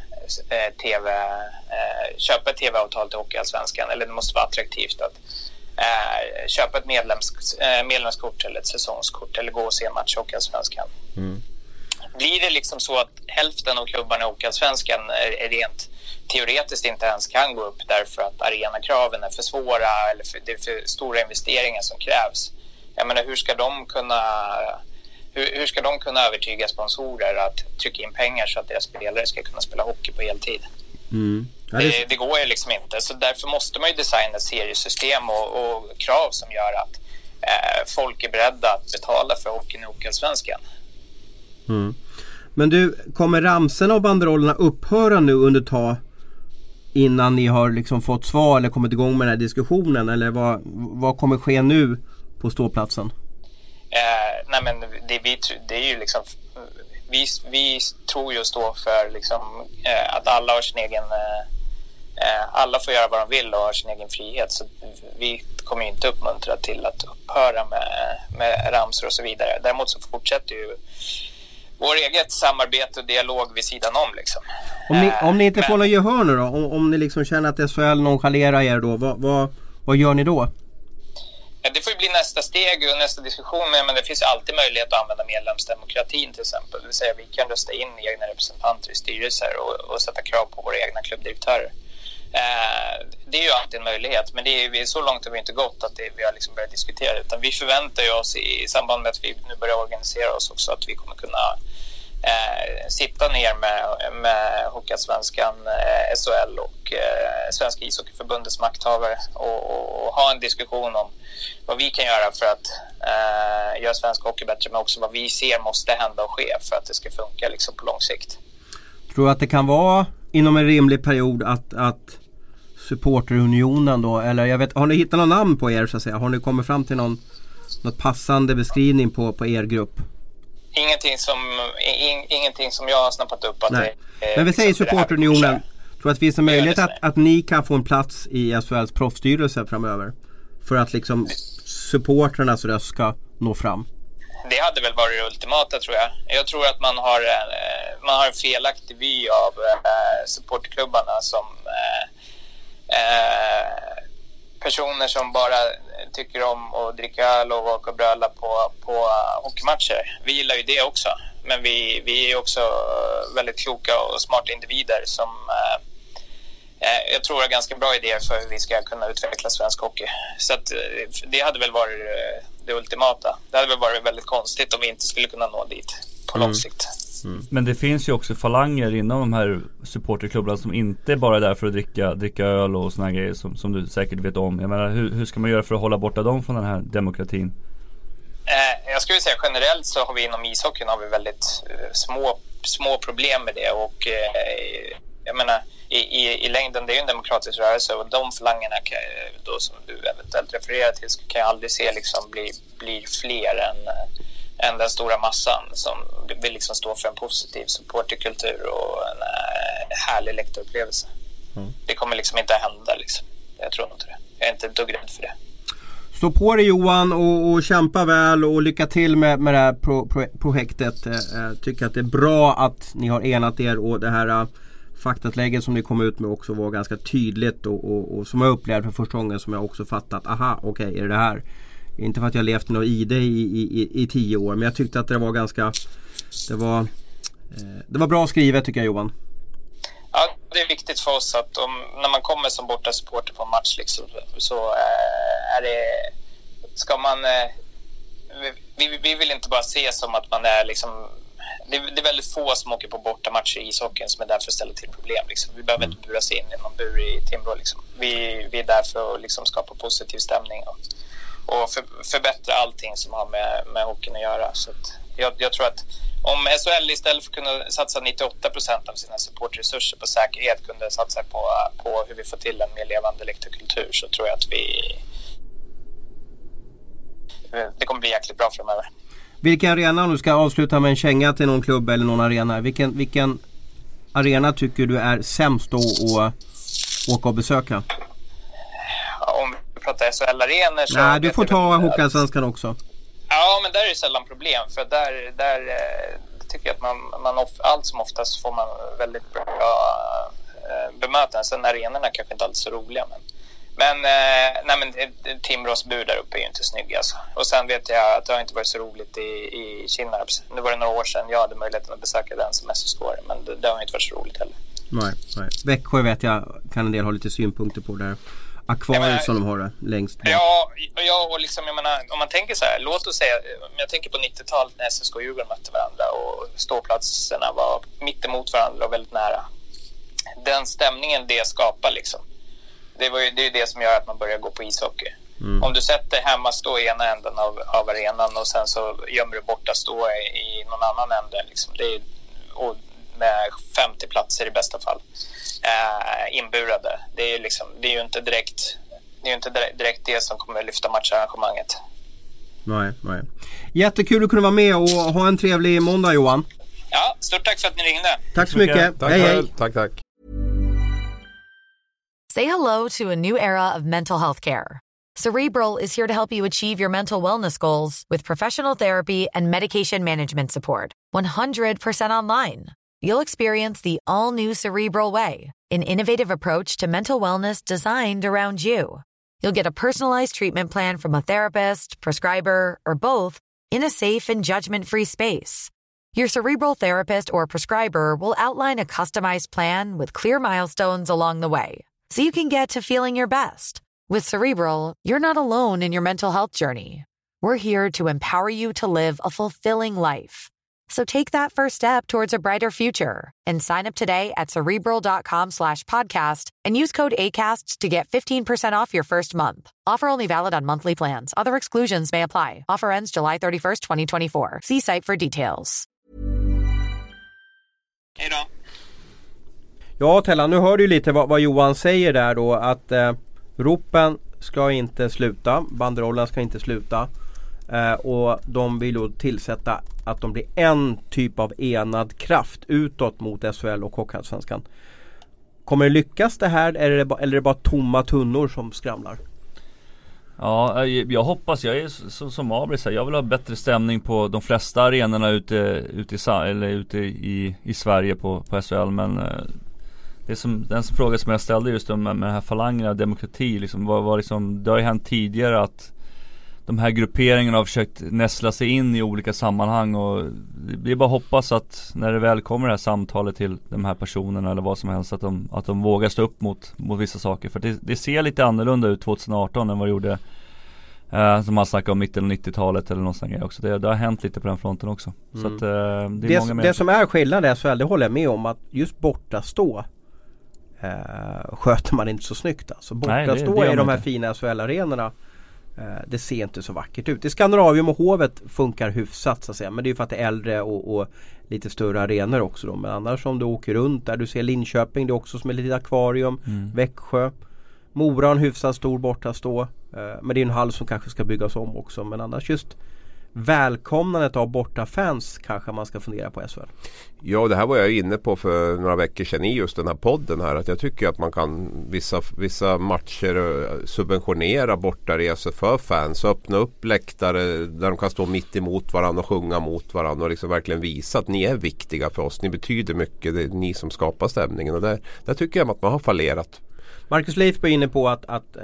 köpa ett tv-avtal till Hockeyallsvenskan, eller det måste vara attraktivt att köpa ett medlemskort eller ett säsongskort eller gå och se match i Hockeyallsvenskan. Blir det liksom så att hälften av klubbarna i Hockeyallsvenskan är rent teoretiskt inte ens kan gå upp därför att arenakraven är för svåra eller det är för stora investeringar som krävs. Jag menar, hur ska de kunna övertyga sponsorer att trycka in pengar så att deras spelare ska kunna spela hockey på heltid? Det går ju liksom inte. Så därför måste man ju designa ett seriesystem och krav som gör att folk är beredda att betala för hockeyn i Hockeyallsvenskan. Men du, kommer ramserna och banderollerna upphöra nu under tag innan ni har liksom fått svar eller kommit igång med den här diskussionen, eller vad kommer ske nu på ståplatsen? Nej, men det är ju liksom vi tror ju stå för liksom att alla har sin egen alla får göra vad de vill och har sin egen frihet, så vi kommer ju inte uppmuntra till att upphöra med ramsor och så vidare. Däremot så fortsätter ju vår eget samarbete och dialog vid sidan om liksom. Om ni inte får någon gehör nu då, om ni liksom känner att SHL nonchalerar er då, vad gör ni då? Ja, det får ju bli nästa steg och nästa diskussion, men det finns ju alltid möjlighet att använda medlemsdemokratin till exempel. Det vill säga vi kan rösta in egna representanter i styrelser och sätta krav på våra egna klubbdirektörer. Det är ju alltid en möjlighet, men vi är så långt har vi inte gått att vi har liksom börjat diskutera, utan vi förväntar ju oss i samband med att vi nu börjar organisera oss också att vi kommer kunna sitta ner med Hockeyallsvenskan, SHL och Svenska ishockeyförbundets makthavare och ha en diskussion om vad vi kan göra för att göra svensk hockey bättre, men också vad vi ser måste hända och ske för att det ska funka liksom på lång sikt. Tror du att det kan vara inom en rimlig period att supporterunionen då, eller jag vet, har ni hittat någon namn på er så att säga? Har ni kommit fram till något passande beskrivning på er grupp? Ingenting som jag har snappat upp att nej. Men vi säger supporterunionen. Tror att det finns en möjlighet att ni kan få en plats i SHLs proffsstyrelse framöver för att liksom supporternas röst ska nå fram? Det hade väl varit det ultimata, tror jag. Jag tror att man har en felaktig vy av supporterklubbarna som personer som bara tycker om att dricka öl och åka och bröla på hockeymatcher. Vi gillar ju det också, men vi är också väldigt kloka och smarta individer som jag tror är ganska bra idéer för hur vi ska kunna utveckla svensk hockey. Så att det hade väl varit det ultimata. Det hade väl varit väldigt konstigt om vi inte skulle kunna nå dit på lång sikt. Men det finns ju också falanger inom de här supporterklubbarna som inte bara är där för att dricka öl och såna grejer som du säkert vet om. Jag menar, hur ska man göra för att hålla borta dem från den här demokratin? Jag skulle säga generellt så har vi inom ishockeyn väldigt små problem med det, och jag menar i längden det är ju en demokratisk rörelse, och de falangerna då som du eventuellt refererar till kan jag aldrig se liksom blir fler än den stora massan som vill liksom stå för en positiv supporterkultur och en härlig läktarupplevelse. Det kommer liksom inte att hända liksom. Jag tror inte det. Jag är inte dugg rädd för det. Stå på dig Johan och kämpa väl och lycka till med det här projektet. Tycker att det är bra att ni har enat er, och det här faktatlägget som ni kom ut med också var ganska tydligt och som jag upplevde för första gången, som jag också fattat, aha, okej, är det här? Inte för att jag levt i någon ID i 10 år, men jag tyckte att det var ganska det var bra skrivet, tycker jag, Johan. Ja, det är viktigt för oss att när man kommer som borta supporter på en match liksom, så är det, ska man vi vill inte bara se som att man är liksom, det är väldigt få som åker på bortamatcher i ishockeyn som är där för att ställa till problem liksom. Vi behöver inte buras in i någon bur i Timrå liksom. Vi är där för att liksom skapa positiv stämning och förbättra allting som har med hockeyn att göra. Så att jag tror att om SHL istället för att kunna satsa 98% av sina supportresurser på säkerhet kunde satsa på hur vi får till en mer levande läktarkultur, så tror jag att det kommer bli jäkligt bra framöver. Vilken arena, om du ska avsluta med en känga till någon klubb eller någon arena, vilken arena tycker du är sämst då att åka och besöka? Om vi pratar SHL-arenor så... Nej, du får ta Hockeyallsvenskan också. Ja, men där är det sällan problem. För där tycker jag att man allt som oftast får man väldigt bra bemötande. Sen arenorna kanske inte alltid så roliga. Men Timrås bur där uppe är ju inte snygg alltså. Och sen vet jag att det har inte varit så roligt i Kinnarps. Nu var det några år sedan jag hade möjligheten att besöka den som SSK-are. Men det har inte varit så roligt heller. Nej. Växjö vet jag kan en del ha lite synpunkter på där. Akvariet som de har det längst bort. Ja, och liksom, jag menar, om man tänker så här, låt oss säga, om jag tänker på 90-talet när SSK och Djurgården mötte varandra och ståplatserna var mitt emot varandra och väldigt nära. Den stämningen det skapar liksom. Det är ju det som gör att man börjar gå på ishockey. Om du sätter hemma stå i ena änden av arenan och sen så gömmer du borta stå i någon annan ände liksom. Det är, och med 50 platser i bästa fall inburade. Det är ju inte direkt det som kommer att lyfta matcharrangemanget. Nej. Jättekul att kunna vara med och ha en trevlig måndag, Johan. Ja, stort tack för att ni ringde. Tack så mycket. Hej. Tack. Say hello to a new era of mental health care. Cerebral is here to help you achieve your mental wellness goals with professional therapy and medication management support. 100% online. You'll experience the all-new Cerebral Way, an innovative approach to mental wellness designed around you. You'll get a personalized treatment plan from a therapist, prescriber, or both in a safe and judgment-free space. Your Cerebral therapist or prescriber will outline a customized plan with clear milestones along the way, so you can get to feeling your best. With Cerebral, you're not alone in your mental health journey. We're here to empower you to live a fulfilling life. So take that first step towards a brighter future and sign up today at Cerebral.com/podcast and use code ACAST to get 15% off your first month. Offer only valid on monthly plans. Other exclusions may apply. Offer ends July 31st, 2024. See site for details. Hej då. Ja, Tellan, nu hör du lite vad Johan säger där då, att ropen ska inte sluta, banderollen ska inte sluta, och de vill då tillsätta att de blir en typ av enad kraft utåt mot SHL och Hockeyallsvenskan. Kommer det lyckas det här, eller är det bara tomma tunnor som skramlar? Ja, jag hoppas, jag är som Abris här, jag vill ha bättre stämning på de flesta arenorna ute i Sverige på SHL, men den fråga som jag ställde just med den här falangen av demokrati liksom, var liksom, det har ju hänt tidigare att de här grupperingarna har försökt näsla sig in i olika sammanhang, och det är bara hoppas att när det väl kommer det här samtalet till de här personerna eller vad som helst, att de vågar stå upp mot vissa saker, för det ser lite annorlunda ut 2018 än vad det gjorde som man snackar om mitten av 90-talet eller någonstans också. Det har hänt lite på den fronten också. Så att, det är många mer. Det som är skillnad i SHL, det håller jag med om, att just borta stå sköter man inte så snyggt alltså. Borta stå i de här fina SHL-arenorna, det ser inte så vackert ut. I Skandinavium och Hovet funkar hyfsat så att säga, men det är ju för att det är äldre och lite större arenor också då. Men annars om du åker runt där, du ser Linköping, det är också som ett litet akvarium, Växjö, Mora, en hyfsat stor borta stå, men det är en hall som kanske ska byggas om också, men annars just välkomnandet av borta fans kanske man ska fundera på SHL. Ja, det här var jag inne på för några veckor sedan i just den här podden här, att jag tycker att man kan vissa matcher subventionera bortaresor för fans och öppna upp läktare där de kan stå mitt emot varandra och sjunga mot varandra och liksom verkligen visa att ni är viktiga för oss, ni betyder mycket, det är ni som skapar stämningen, och där tycker jag att man har fallerat. Marcus Leif var inne på att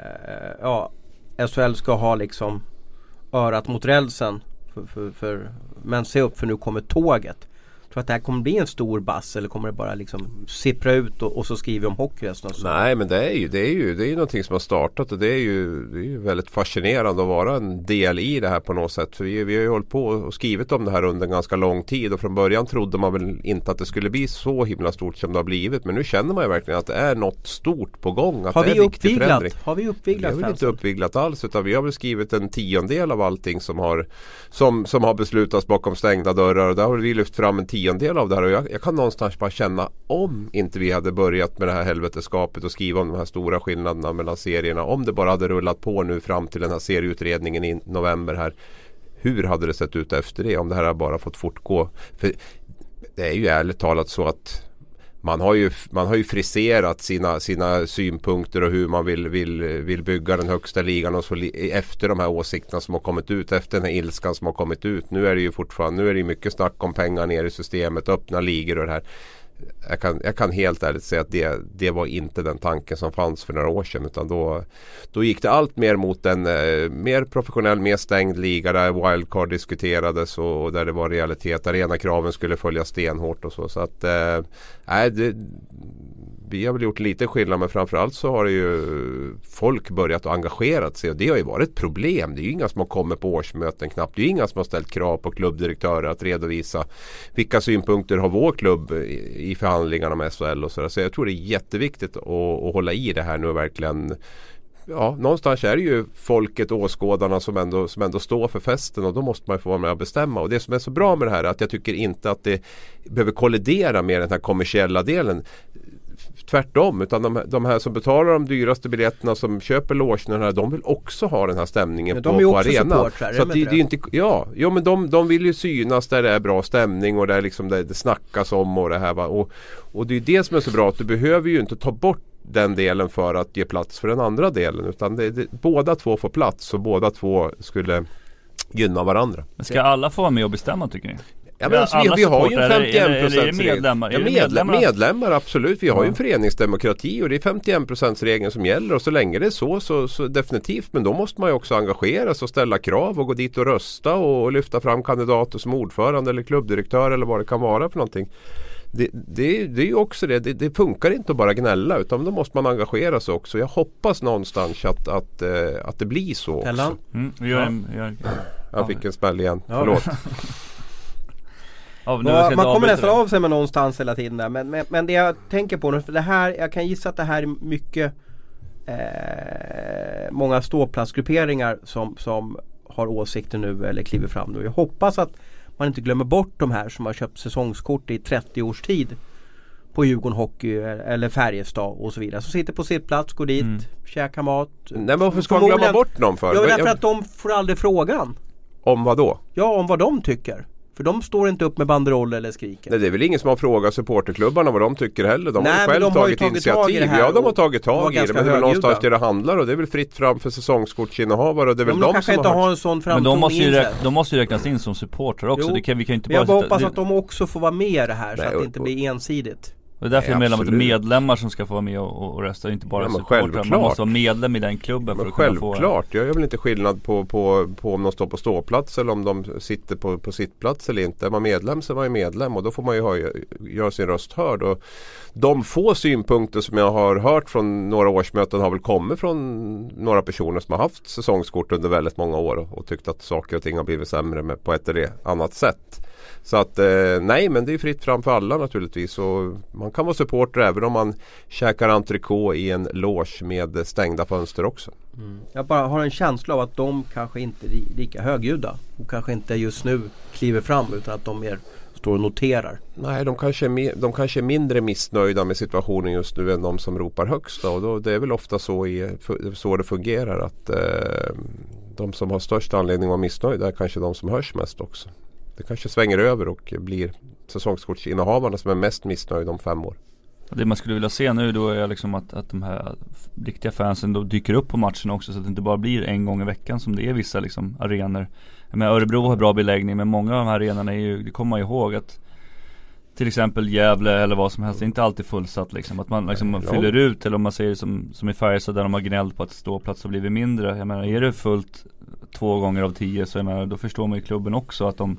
SHL ska ha liksom örat mot rälsen för men se upp, för nu kommer tåget. Tror att det här kommer bli en stor bass eller kommer det bara liksom sippra ut och så skriver vi om hockey resten? Nej, men det är ju någonting som har startat och det är ju väldigt fascinerande att vara en del i det här på något sätt. För vi har ju hållit på och skrivit om det här under en ganska lång tid och från början trodde man väl inte att det skulle bli så himla stort som det har blivit. Men nu känner man ju verkligen att det är något stort på gång. Att har det är viktig förändring. Har vi uppviglat? Vi har väl inte uppviglat alls, utan vi har väl skrivit en 10-del av allting som har beslutats bakom stängda dörrar, och där har vi lyft fram en 10-del av det här, och jag kan någonstans bara känna, om inte vi hade börjat med det här helveteskapet och skriva om de här stora skillnaderna mellan serierna, om det bara hade rullat på nu fram till den här serieutredningen i november här, hur hade det sett ut efter det om det här bara fått fortgå? För det är ju ärligt talat så att man har ju friserat sina synpunkter och hur man vill bygga den högsta ligan och så efter de här åsikterna som har kommit ut, efter den här ilskan som har kommit ut. Nu är det ju fortfarande, nu är det mycket snack om pengar ner i systemet, öppna ligor och det här. Jag kan helt ärligt säga att det var inte den tanken som fanns för några år sedan, utan då gick det allt mer mot en mer professionell, mer stängd liga där wildcard diskuterades och där det var realitet. Arenakraven skulle följa stenhårt och så att vi har väl gjort lite skillnad, men framförallt så har det ju folk börjat att engagera sig, och det har ju varit ett problem. Det är ju inga som har kommit på årsmöten knappt. Det är ju inga som har ställt krav på klubbdirektörer att redovisa vilka synpunkter har vår klubb i förhandlingarna med SHL och sådär. Så jag tror det är jätteviktigt att hålla i det här nu verkligen. Ja, någonstans är det ju folket, åskådarna som ändå står för festen, och då måste man få vara med och bestämma. Och det som är så bra med det här är att jag tycker inte att det behöver kollidera med den här kommersiella delen. Tvärtom, utan de här som betalar de dyraste biljetterna, som köper logerna, de vill också ha den här stämningen på arenan. Så att det är inte, men de vill ju synas där det är bra stämning och där liksom det snackas om och det här, va? Och det är det som är så bra, att du behöver ju inte ta bort den delen för att ge plats för den andra delen, utan båda två får plats och båda två skulle gynna varandra. Men ska alla få vara med och bestämma, tycker ni? Ja, men alltså, vi har ju en 51% medlemmar, absolut. Vi har ju en föreningsdemokrati och det är 51%-regeln som gäller, och så länge det är så definitivt, men då måste man ju också engagera sig och ställa krav och gå dit och rösta och lyfta fram kandidater som ordförande eller klubbdirektör eller vad det kan vara för någonting. Det är ju också det funkar inte att bara gnälla, utan då måste man engagera sig också. Jag hoppas någonstans att det blir så också. Jag fick en smäll igen, förlåt. Man kommer nästan av sig med någonstans hela tiden där. Men det jag tänker på nu, för det här, jag kan gissa att det här är mycket många ståplatsgrupperingar som har åsikter nu eller kliver fram nu. Jag hoppas att man inte glömmer bort de här som har köpt säsongskort i 30 års tid på Djurgården Hockey eller Färjestad och så vidare. Så sitter på sitt plats, går dit, käkar mat. Nej, men varför ska man glömma bort någon för? Ja, därför att de får aldrig frågan. Om vad då? Ja, om vad de tycker. För de står inte upp med banderoll eller skriker. Nej, det är väl ingen som har frågat supporterklubbarna vad de tycker heller. De har själv tagit initiativ. Ja, de har tagit tag i det. Men det är väl någonstans det handlar, och det är väl fritt fram för säsongskortsinnehavare, och det är väl de kanske som inte har en sån framtoning. Men de måste ju räknas in som supporter också. Vi kan inte bara jag hoppas att de också får vara med i det här, så att det inte blir ensidigt. Och det är därför jag menar att det är medlemmar som ska få vara med och rösta, inte bara supportrar. Man måste vara medlem i den klubben för att kunna få. Självklart, jag gör väl inte skillnad på om de står på ståplats eller om de sitter på sittplats eller inte. Är man medlem så är man ju medlem, och då får man ju göra sin röst hörd. Och de få synpunkter som jag har hört från några årsmöten har väl kommit från några personer som har haft säsongskort under väldigt många år och tyckt att saker och ting har blivit sämre på ett eller annat sätt. Så att nej, men det är fritt fram för alla naturligtvis, och man kan vara supporter även om man käkar entrecote i en loge med stängda fönster också. Jag bara har en känsla av att de kanske inte är lika högljudda och kanske inte just nu kliver fram, utan att de mer står och noterar. Nej, de kanske är mindre missnöjda med situationen just nu än de som ropar högst, och då, det är väl ofta så det fungerar, att de som har störst anledning att vara missnöjda är kanske de som hörs mest också. Det kanske svänger över och blir säsongskortsinnehavarna som är mest missnöjda om 5 år. Det man skulle vilja se nu då är liksom att de här riktiga fansen då dyker upp på matchen också, så att det inte bara blir en gång i veckan som det är vissa liksom arenor. Men Örebro har bra beläggning, men många av de här arenorna är ju, det kommer man ihåg att till exempel Gävle eller vad som helst, inte alltid fullsatt liksom, att man liksom fyller ut, eller om man säger som i Färjestad där de har gnällt på att ståplats har blivit mindre. Jag menar, är det fullt 2 gånger av 10, så jag menar, då förstår man ju klubben också att de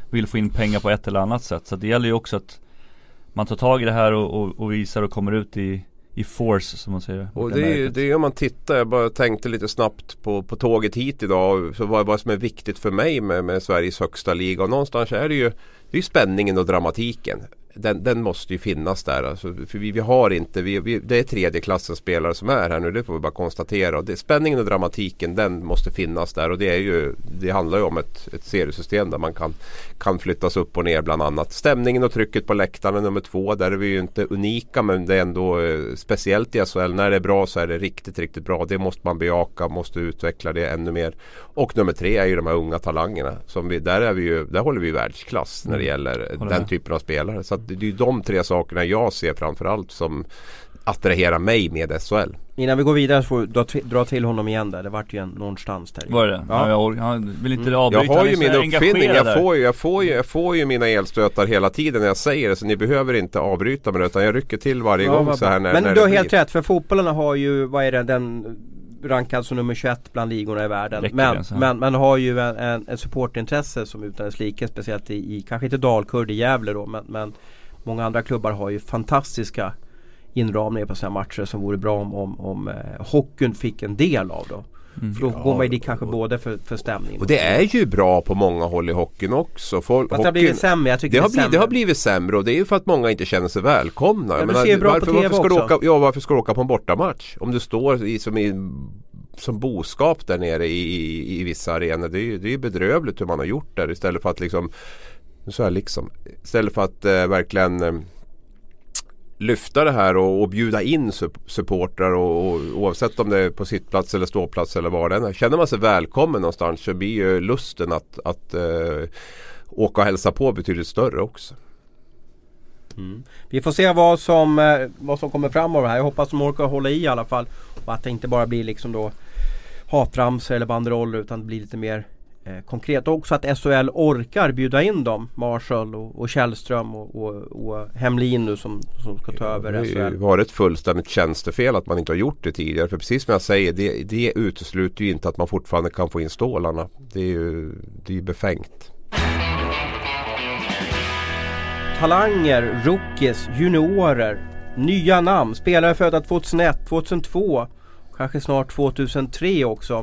vill få in pengar på ett eller annat sätt. Så det gäller ju också att man tar tag i det här och visar och kommer ut i force, som man säger. Och det är om man tittar, jag bara tänkte lite snabbt på tåget hit idag, så vad som är viktigt för mig med Sveriges högsta liga, och någonstans är det är spänningen och dramatiken. Den måste ju finnas där. Alltså, för vi har inte, det är tredje klassens spelare som är här nu, det får vi bara konstatera. Och spänningen och dramatiken, den måste finnas där, och det handlar ju om ett seriesystem där man kan flyttas upp och ner bland annat. Stämningen och trycket på läktaren nummer 2, där är vi ju inte unika, men det är ändå speciellt i SHL. När det är bra så är det riktigt, riktigt bra. Det måste man bejaka, måste utveckla det ännu mer. Och nummer 3 är ju de här unga talangerna. Där håller vi världsklass när det gäller den typen av spelare. Så det är ju de 3 sakerna jag ser framförallt som attraherar mig med SHL. Innan vi går vidare så får du dra till honom igen där. Det vart ju någonstans där. Var det? Ja, jag vill inte avbryta. Jag har ju min uppfinning. Jag får ju mina elstötar hela tiden när jag säger det. Så ni behöver inte avbryta mig, utan jag rycker till varje gång så här. Men du har helt rätt, för fotbollarna har ju, vad är det, den rankad som nummer 21 bland ligorna i världen. Men har ju en supportintresse som utan dess like, speciellt i kanske inte Dalkurd i Gävle då, men många andra klubbar har ju fantastiska inramningar på sina matcher som vore bra om hockeyn fick en del av då. För då går man ju dit kanske både för stämning. Och det är ju bra på många håll i hockeyn också. Det har blivit sämre, jag tycker det har blivit sämre, och det är ju för att många inte känner sig välkomna. Ja, varför ska du åka på en bortamatch? Om du står som boskap där nere i vissa arenor, det är ju bedrövligt hur man har gjort där, istället för att verkligen lyfta det här och bjuda in supportrar, och oavsett om det är på sittplats eller ståplats eller vad det är. Känner man sig välkommen någonstans, så blir ju lusten att åka och hälsa på betydligt större också. Vi får se vad som kommer fram av det här. Jag hoppas att de orkar hålla i alla fall, och att det inte bara blir liksom då hatramser eller banderoller, utan det blir lite mer konkret. Och också att SHL orkar bjuda in dem, Marshall och Källström och Hemlin nu som ska ta över SHL. Det har varit ett fullständigt tjänstefel att man inte har gjort det tidigare, för precis som jag säger, det utesluter ju inte att man fortfarande kan få in stålarna. Det är ju befängt. Talanger, rookies, juniorer, nya namn, spelare födda 2001, 2002, kanske snart 2003 också.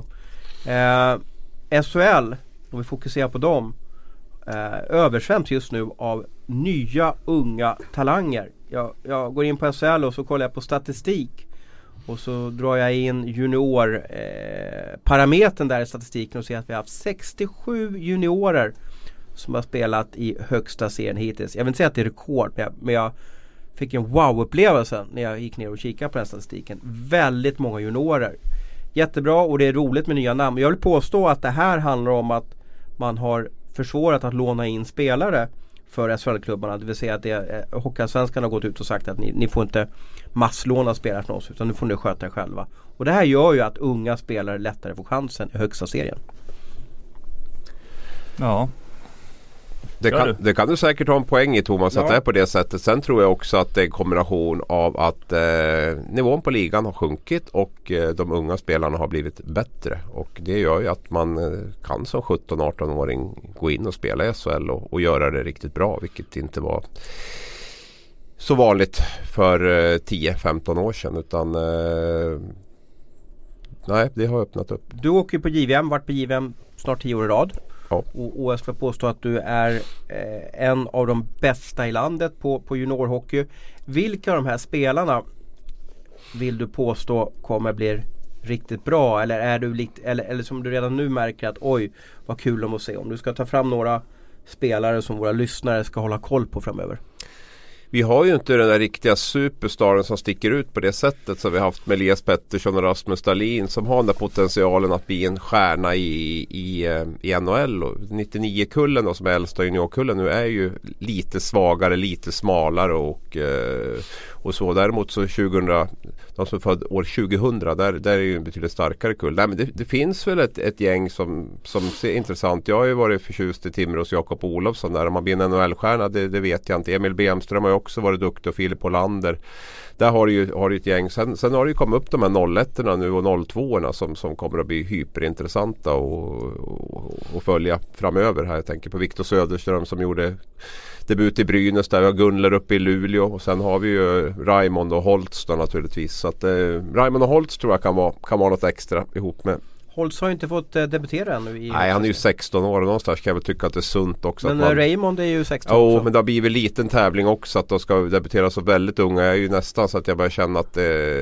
SHL, om vi fokuserar på dem, översvämt just nu av nya unga talanger. Jag går in på SHL och så kollar jag på statistik, och så drar jag in junior parametern där i statistiken och ser att vi har haft 67 juniorer som har spelat i högsta serien hittills. Jag vill inte säga att det är rekord, men jag fick en wow-upplevelse när jag gick ner och kikade på den statistiken. Väldigt många juniorer. Jättebra, och det är roligt med nya namn. Jag vill påstå att det här handlar om att man har försvårat att låna in spelare för SHL-klubbarna. Det vill säga att Hockeyallsvenskan har gått ut och sagt att ni får inte masslåna spelare från oss, utan nu får ni sköta er själva. Och det här gör ju att unga spelare lättare får chansen i högsta serien. Ja. Det kan du säkert ha en poäng i, Thomas, att det är på det sättet. Sen tror jag också att det är en kombination av att nivån på ligan har sjunkit och de unga spelarna har blivit bättre. Och det gör ju att man kan som 17-18-åring gå in och spela i SHL och göra det riktigt bra, vilket inte var så vanligt för 10-15 år sedan. Utan nej, det har öppnat upp. Du åker på JVM, varit på JVM snart 10 år i rad. Ja. Och jag ska påstå att du är en av de bästa i landet på juniorhockey. Vilka av de här spelarna vill du påstå kommer bli riktigt bra? Eller är du eller som du redan nu märker att oj, vad kul om att se. Om du ska ta fram några spelare som våra lyssnare ska hålla koll på framöver. Vi har ju inte den där riktiga superstaren som sticker ut på det sättet som vi har haft med Elias Pettersson och Rasmus Dahlin, som har den där potentialen att bli en stjärna i NHL. Och 99-kullen då, som är äldsta juniorkullen nu, är ju lite svagare, lite smalare och så. Däremot så 2000, de som är född år 2000, där är ju en betydligt starkare kull. Nej, men det finns väl ett gäng som ser intressant. Jag har ju varit förtjust i Timrås Jakob Olofsson där. Om man blir en NHL-stjärna, det vet jag inte. Emil Bemström har ju också varit duktig och Filip Hollander. Där har du ett gäng. Sen har det ju kommit upp de här 01-orna nu och 02-orna som kommer att bli hyperintressanta och följa framöver här. Jag tänker på Viktor Söderström som gjorde debut i Brynäs, där vi har Gunler uppe i Luleå och sen har vi ju Raymond och Holtz då naturligtvis. Så att Raymond och Holtz tror jag kan vara något extra ihop med. Holtz har ju inte fått debutera ännu. Nej, han är ju 16 år och någonstans kan jag väl tycka att det är sunt också. Men Raymond är ju 16 också. Men det har blivit en liten tävling också att de ska debutera så väldigt unga. Jag är ju nästan så att jag börjar känna att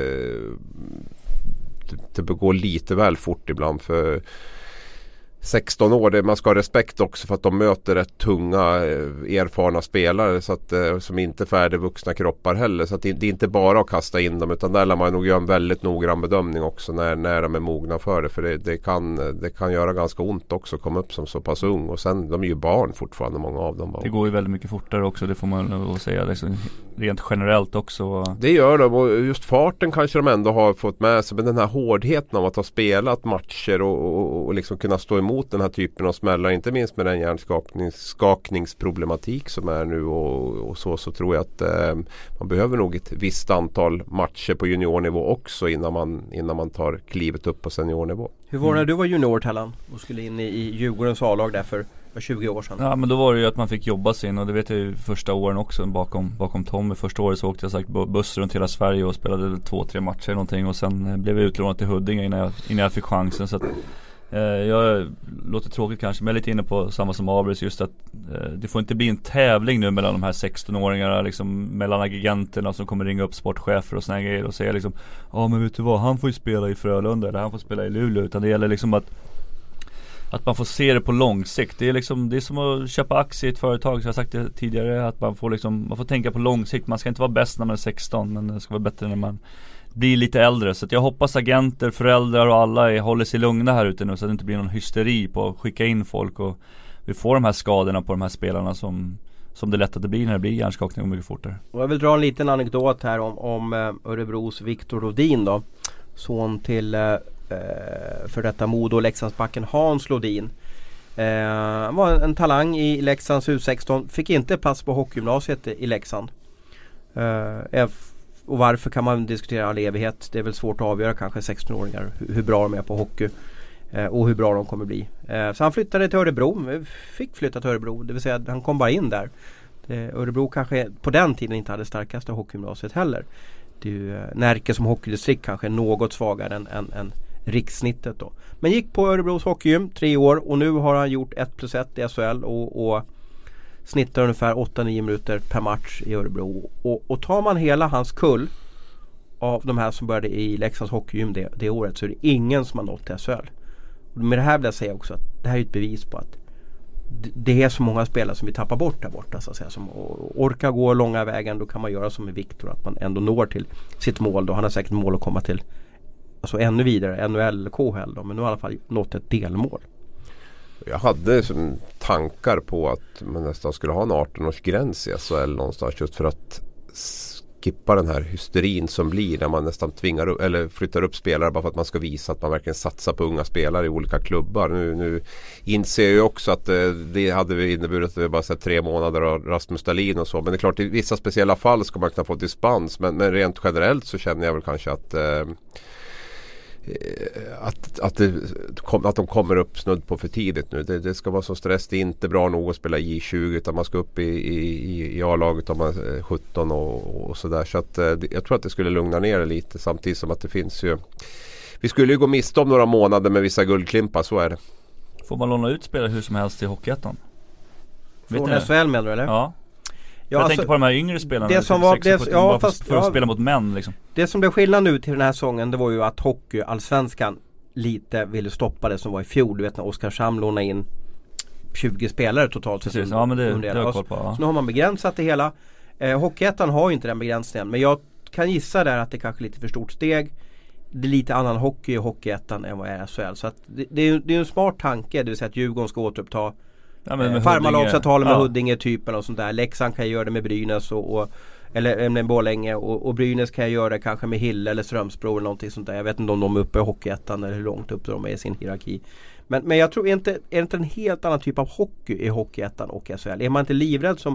det går lite väl fort ibland för 16 år, man ska ha respekt också för att de möter rätt tunga erfarna spelare så att, som inte är färdigvuxna kroppar heller, så att det är inte bara att kasta in dem, utan där lär man nog göra en väldigt noggrann bedömning också när de är mogna för det, för det kan göra ganska ont också att komma upp som så pass ung, och sen de är ju barn fortfarande, många av dem. Det går ju väldigt mycket fortare också, det får man nog säga liksom, rent generellt också. Det gör de, och just farten kanske de ändå har fått med sig, men den här hårdheten av att ha spelat matcher och liksom kunna stå emot den här typen av smällar, inte minst med den hjärnskakningsproblematik som är nu och så tror jag att man behöver nog ett visst antal matcher på juniornivå också innan man tar klivet upp på seniornivå. Hur var det när du var junior, Tellan, och skulle in i Djurgårdens A-lag där för 20 år sedan? Ja, men då var det ju att man fick jobba sig in, och det vet jag ju första åren också bakom Tommy. Första året så åkte jag sagt buss runt hela Sverige och spelade 2-3 matcher någonting, och sen blev jag utlånad till Huddinge innan jag fick chansen, så att jag låter tråkigt kanske, men jag är lite inne på samma som Abris, just att det får inte bli en tävling nu mellan de här 16-åringarna liksom, mellan agenterna som kommer ringa upp sportchefer och såna grejer och säga liksom, ja men vet du vad, han får ju spela i Frölunda eller han får spela i Luleå, utan det gäller liksom att man får se det på lång sikt. Det är som att köpa aktier i ett företag, så jag har sagt det tidigare, att man får tänka på lång sikt. Man ska inte vara bäst när man är 16, men det ska vara bättre när man blir lite äldre. Så att jag hoppas agenter, föräldrar och alla håller sig lugna här ute nu, så att det inte blir någon hysteri på att skicka in folk och vi får de här skadorna på de här spelarna som det är lätt att det blir när det blir hjärnskakning mycket fortare. Och jag vill dra en liten anekdot här om Örebros Viktor Lodin då. Son till för detta Modo och Leksandsbacken Hans Lodin. Han var en talang i Leksands U16, fick inte plats på hockeygymnasiet i Leksand. Och varför kan man diskutera all evighet? Det är väl svårt att avgöra kanske 16-åringar hur bra de är på hockey och hur bra de kommer bli. Så han flyttade till Örebro, fick flytta till Örebro, det vill säga att han kom bara in där. Örebro kanske på den tiden inte hade starkaste hockeygymnasiet heller. Det är ju Närke som hockeydistrikt kanske något svagare än rikssnittet då. Men gick på Örebros hockeygym 3 år och nu har han gjort 1+1 i SHL och snittar ungefär 8-9 minuter per match i Örebro. Och tar man hela hans kull av de här som började i Leksands hockeygym det året, så är det ingen som har nått till SHL. Och med det här vill jag säga också att det här är ett bevis på att det är så många spelare som vi tappar bort där borta, så att säga, som orkar gå långa vägen. Då kan man göra som med Viktor, att man ändå når till sitt mål. Då han har säkert mål att komma till, alltså ännu vidare, NHL eller KHL då, men nu har i alla fall nått ett delmål. Jag hade tankar på att man nästan skulle ha en 18-årsgräns i SHL någonstans, just för att skippa den här hysterin som blir när man nästan tvingar upp, eller flyttar upp spelare bara för att man ska visa att man verkligen satsar på unga spelare i olika klubbar. Nu inser jag ju också att det hade inneburit att vi bara sett 3 månader av Rasmus Dahlin och så, men det är klart i vissa speciella fall ska man kunna få dispens, men rent generellt så känner jag väl kanske att de kommer upp snudd på för tidigt nu. Det ska vara så stress. Det är inte bra nog att spela J20, utan man ska upp i A-laget om man är 17 och sådär. Så att jag tror att det skulle lugna ner det lite, samtidigt som att det finns ju, vi skulle ju gå miste om några månader med vissa guldklimpar, så är det. Får man låna ut spelare hur som helst i Hockeyettan? Från SHL menar du, eller? Ja. Jag tänker på de här yngre spelarna för att spela mot män liksom. Det som blev skillnad nu till den här säsongen, det var ju att Hockeyallsvenskan lite ville stoppa det som var i fjol. Du vet när Oskarshamn lånade in 20 spelare totalt. Precis, ja men det har jag koll på. Ja. Så nu har man begränsat det hela. Hockeyettan har ju inte den begränsningen, men jag kan gissa där att det kanske är lite för stort steg. Det är lite annan hockey i Hockeyettan än vad är SHL. Så att det är en smart tanke, det vill säga att Djurgården ska återuppta farmarlagsavtalet med Huddinge typen och sånt där. Leksand kan göra det med Brynäs eller med Borlänge och Brynäs kan göra det kanske med Hille eller Strömsbro eller någonting sånt där. Jag vet inte om de är uppe i Hockeyettan eller hur långt upp de är i sin hierarki. Men jag tror inte en helt annan typ av hockey i Hockeyettan och SHL. Är man inte livrädd som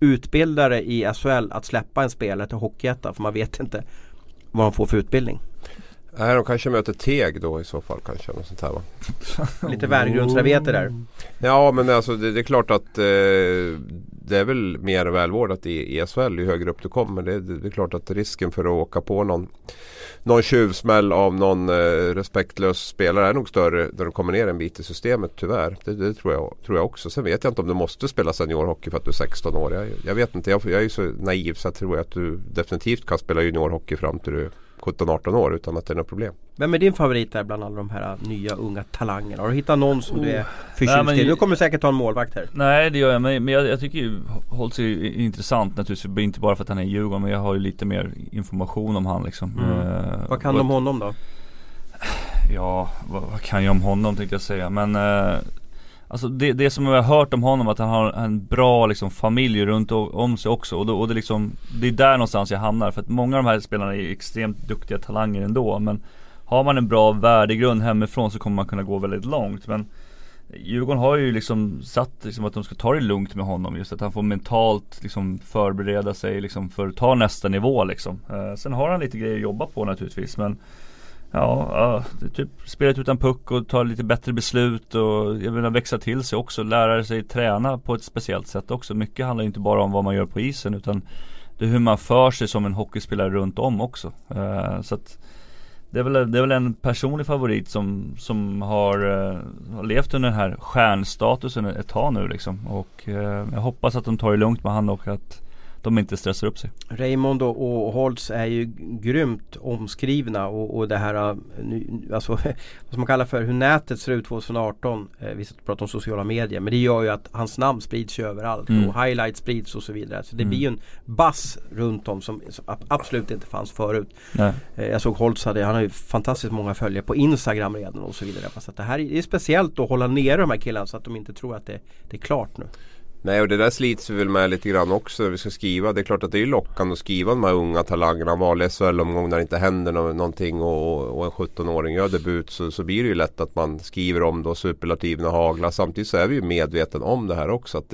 utbildare i SHL att släppa en spelare till Hockeyettan, för man vet inte vad de får för utbildning. Nej, de kanske möter Teg då i så fall, kanske något sånt här, va? Lite värdegrundsarbete där. Ja, men alltså det är klart att det är väl mer välvårdat i SHL ju högre upp du kommer. Det är klart att risken för att åka på någon tjuvsmäll av någon respektlös spelare är nog större när du kommer ner en bit i systemet, tyvärr. Det tror jag också. Sen vet jag inte om du måste spela seniorhockey för att du är 16 år. Jag vet inte, jag är ju så naiv så jag tror att du definitivt kan spela juniorhockey fram till du 17-18 år utan att det är något problem. Vem är din favorit där bland alla de här nya unga talangerna? Har du hittat någon som du är förtjust i? Nu kommer du säkert ta en målvakt här. Nej, det gör jag, men jag tycker ju Holtz är intressant naturligtvis, inte bara för att han är i Djurgården, men jag har ju lite mer information om han liksom. Vad kan du om honom då? Ja, vad kan jag om honom tänkte jag säga, men alltså det som jag har hört om honom, att han har en bra liksom familj runt om sig också, och det liksom, det är där någonstans jag hamnar, för att många av de här spelarna är extremt duktiga talanger ändå, men har man en bra värdegrund hemifrån så kommer man kunna gå väldigt långt. Men Djurgården har ju liksom satt liksom att de ska ta det lugnt med honom, just att han får mentalt liksom förbereda sig liksom för att ta nästa nivå liksom. Sen har han lite grejer att jobba på naturligtvis, men ja, det är typ spelet utan puck och ta lite bättre beslut och jag vill växa till sig också, lära sig träna på ett speciellt sätt också. Mycket handlar inte bara om vad man gör på isen, utan det är hur man för sig som en hockeyspelare runt om också. Så att det är väl en personlig favorit som har levt under den här stjärnstatusen ett tag nu liksom. Och jag hoppas att de tar det lugnt med han och att de inte stressar upp sig. Raymond och Holtz är ju grymt omskrivna och det här, alltså, vad som man kallar för hur nätet ser ut 2018. Vi ska prata om sociala medier, men det gör ju att hans namn sprids överallt och highlights sprids och så vidare. Så det blir ju en buzz runt om som absolut inte fanns förut. Jag såg Holtz, han har ju fantastiskt många följare på Instagram redan och så vidare. Fast att det här är speciellt att hålla ner de här killarna så att de inte tror att det är klart nu. Nej, och det där slits vi väl med lite grann också när vi ska skriva. Det är klart att det är lockande att skriva de här unga talangerna. Vanlig SHL-omgång när det inte händer någonting och en 17-åring gör debut, så blir det ju lätt att man skriver om då superlativen och hagla. Samtidigt så är vi ju medveten om det här också, att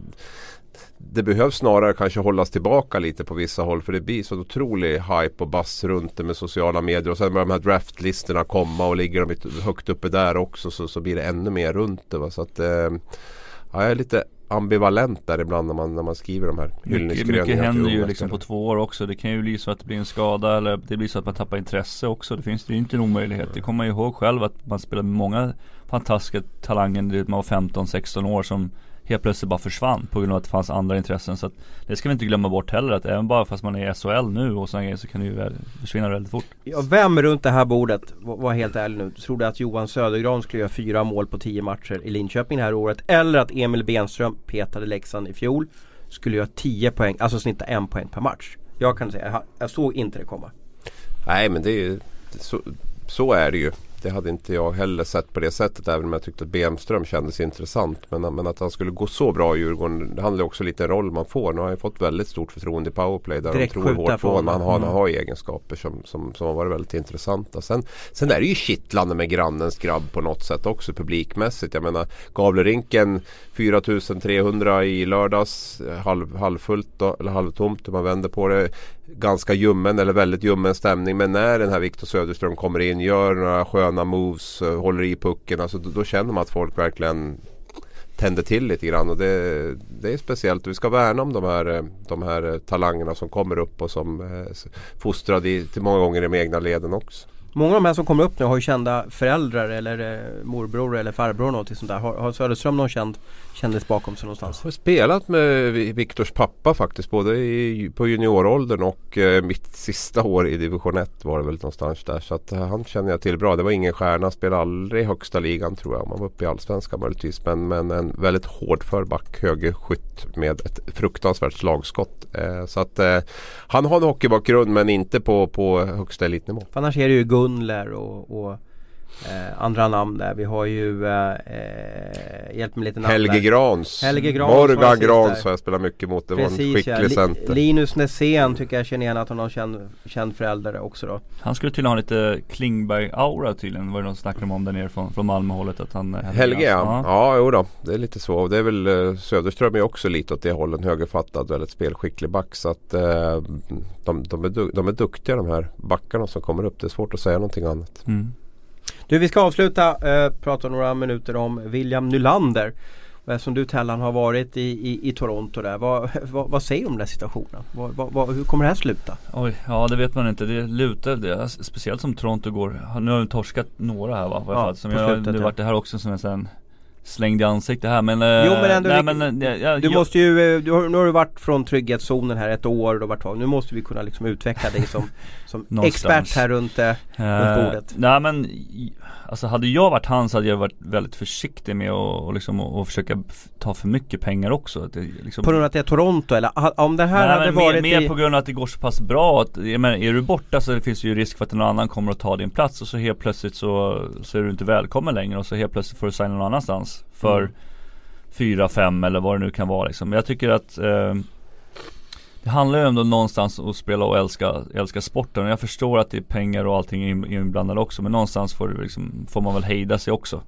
det behövs snarare kanske hållas tillbaka lite på vissa håll, för det blir så otrolig hype och bass runt det med sociala medier, och sen börjar de här draftlistorna komma och ligger de högt uppe där också, så blir det ännu mer runt det, va? Så att jag är lite ambivalent där ibland när man skriver de här hyllningskröningarna. Mycket händer ju liksom på 2 år också. Det kan ju bli så att det blir en skada, eller det blir så att man tappar intresse också. Det finns ju inte en omöjlighet. Det kommer man ju ihåg själv att man spelar med många fantastiska talanger när man var 15-16 år som helt plötsligt bara försvann på grund av att det fanns andra intressen. Så att det ska vi inte glömma bort heller, att även bara fast man är i SHL nu och så kan det ju försvinna väldigt fort. Ja, vem runt det här bordet, var helt ärlig nu, trodde att Johan Södergran skulle göra 4 mål på 10 matcher i Linköping det här året, eller att Emil Benström, petade Leksand i fjol, skulle göra 10 poäng, alltså snitta 1 poäng per match? Jag kan säga, jag såg inte det komma. Nej, men det är ju så är det ju. Det hade inte jag heller sett på det sättet, även om jag tyckte att Benström kändes intressant. Men att han skulle gå så bra i Djurgården, det handlar också lite om roll man får. Nu har han fått väldigt stort förtroende i powerplay där direkt de tror hårt på honom. Han har egenskaper som har varit väldigt intressanta. Sen är det ju kittlande med grannens grabb på något sätt också publikmässigt. Jag menar, Gavlerinken 4300 i lördags, halvfullt då, eller halvtomt om man vänder på det. Ganska ljummen eller väldigt ljummen stämning, men när den här Viktor Söderström kommer in, gör några sköna moves, håller i pucken, alltså då känner man att folk verkligen tänder till lite grann, och det är speciellt. Vi ska värna om de här talangerna som kommer upp och som fostrade till många gånger i de egna leden också. Många av de här som kommer upp nu har ju kända föräldrar eller morbror eller farbror, något sånt där. Har Söderström någon kändis bakom sig någonstans? Jag har spelat med Viktors pappa faktiskt, både på junioråldern och mitt sista år i division 1 var det väl någonstans där. Så att han känner jag till bra. Det var ingen stjärna, spelade aldrig i högsta ligan tror jag. Man var uppe i allsvenskan möjligtvis, men en väldigt hård förback, högerskytt med ett fruktansvärt slagskott. Så att han har en hockeybakgrund, men inte på högsta elitnivå. För annars är det ju Gunler och andra namn där. Vi har ju hjälp mig lite namn. Helge Grans. Morgan Grans har jag spelat mycket mot. Det var en skicklig center. Linus Nässén tycker jag känner igen att han har känd förälder också då. Han skulle tydligen ha lite Klingberg-aura tydligen. Var det någon som snackade om där nere från Malmöhållet att han... Helge, ja, jo då. Det är lite så. Det är väl Söderström är också lite åt det hållet. Högerfattad, väldigt spelskicklig back. Så att de är duktiga de här backarna som kommer upp. Det är svårt att säga någonting annat. Du, vi ska avsluta prata några minuter om William Nylander. Och eftersom du Tellan har varit i Toronto där, vad säger du om den här situationen? Hur kommer det här sluta? Oj, ja det vet man inte. Det lutar det, speciellt som Toronto går. Nu har de torskat några här va? Ja, som jag nu varit det här också som en sån slängd i ansiktet här. Men, du måste ju, nu har du varit från trygghetszonen här ett år och nu måste vi kunna liksom utveckla dig som expert här runt bordet. Nej men alltså hade jag varit han så hade jag varit väldigt försiktig med att försöka ta för mycket pengar också. På grund av att det är Toronto eller om det här hade varit mer på grund av att det går så pass bra att, är du borta så finns det ju risk för att någon annan kommer att ta din plats och så helt plötsligt så är du inte välkommen längre och så helt plötsligt får du signa någon annanstans för 4-5 eller vad det nu kan vara liksom. Jag tycker att det handlar ju ändå någonstans att spela och älska sporten och jag förstår att det är pengar och allting inblandade också men någonstans får man väl hejda sig också.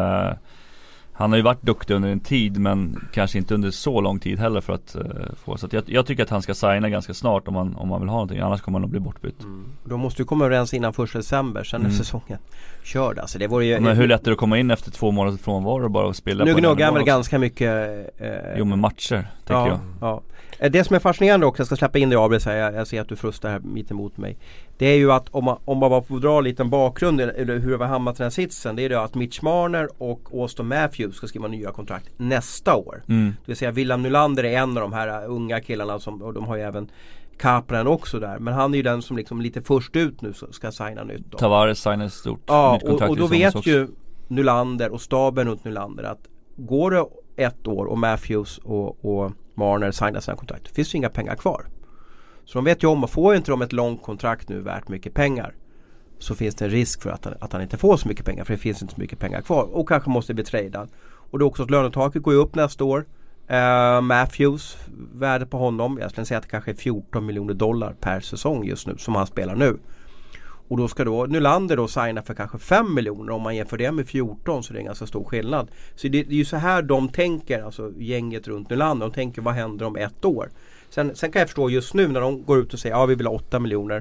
Han har ju varit duktig under en tid men kanske inte under så lång tid heller för att få så att jag tycker att han ska signa ganska snart om man vill ha någonting, annars kommer han att bli bortbytt. Då måste du komma överens innan 1 december sen är säsongen körd. Alltså det vore ju men hur lätt är det att komma in efter 2 månader frånvaro bara och spela? Nu gnuggar han väl ganska mycket jo men matcher tycker jag. Ja. Det som är fascinerande också, jag ska släppa in det Abel, jag ser att du frustar här mitt emot mig. Det är ju att om man bara får dra en liten bakgrund eller hur det var hamnat i den här sitsen, det är det att Mitch Marner och Auston Matthews ska skriva nya kontrakt nästa år. Det vill säga William Nylander är en av de här unga killarna och de har ju även Kaplan också där. Men han är ju den som liksom lite först ut nu ska signa nytt då. Tavares signar stort nytt kontrakt. Och då vet ju Nylander och staben runt Nylander att går det 1 år och Matthews och Marner signar sina kontrakt, det finns ju inga pengar kvar. Så de vet ju om att får inte de ett långt kontrakt nu värt mycket pengar så finns det en risk för att han inte får så mycket pengar för det finns inte så mycket pengar kvar och kanske måste bli tradad. Och det är också att lönetaket går ju upp nästa år. Matthews, värde på honom, jag skulle säga att det kanske är $14 miljoner per säsong just nu som han spelar nu. Och då ska Nylander då signa för kanske 5 miljoner. Om man jämför det med 14 så är det en ganska stor skillnad. Så det är ju så här de tänker, alltså gänget runt Nylander. De tänker vad händer om 1 år. Sen kan jag förstå just nu när de går ut och säger vi vill ha $8 miljoner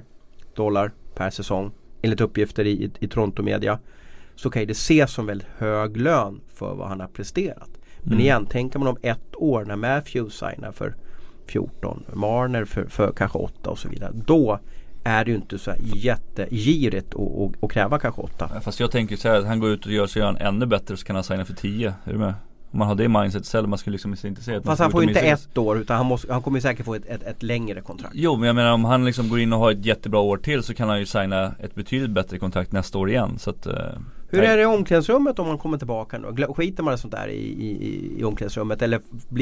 per säsong. Enligt uppgifter i Toronto media. Så kan det ses som väldigt hög lön för vad han har presterat. Men igen, tänker man om 1 år när Matthews signar för 14, Marner för kanske 8 och så vidare. Då är det ju inte så jättegirigt att kräva kanske 8. Ja, fast jag tänker så här att han går ut och gör han ännu bättre så kan han signa för 10. Är du med? Om man har det mindset själv, man skulle liksom inte se att fast han får ju inte 1 år utan han kommer säkert få ett längre kontrakt. Jo, men jag menar om han liksom går in och har ett jättebra år till så kan han ju signa ett betydligt bättre kontrakt nästa år igen. Så att, hur är det i omklädningsrummet om man kommer tillbaka nu? Skiter man sånt där i omklädningsrummet eller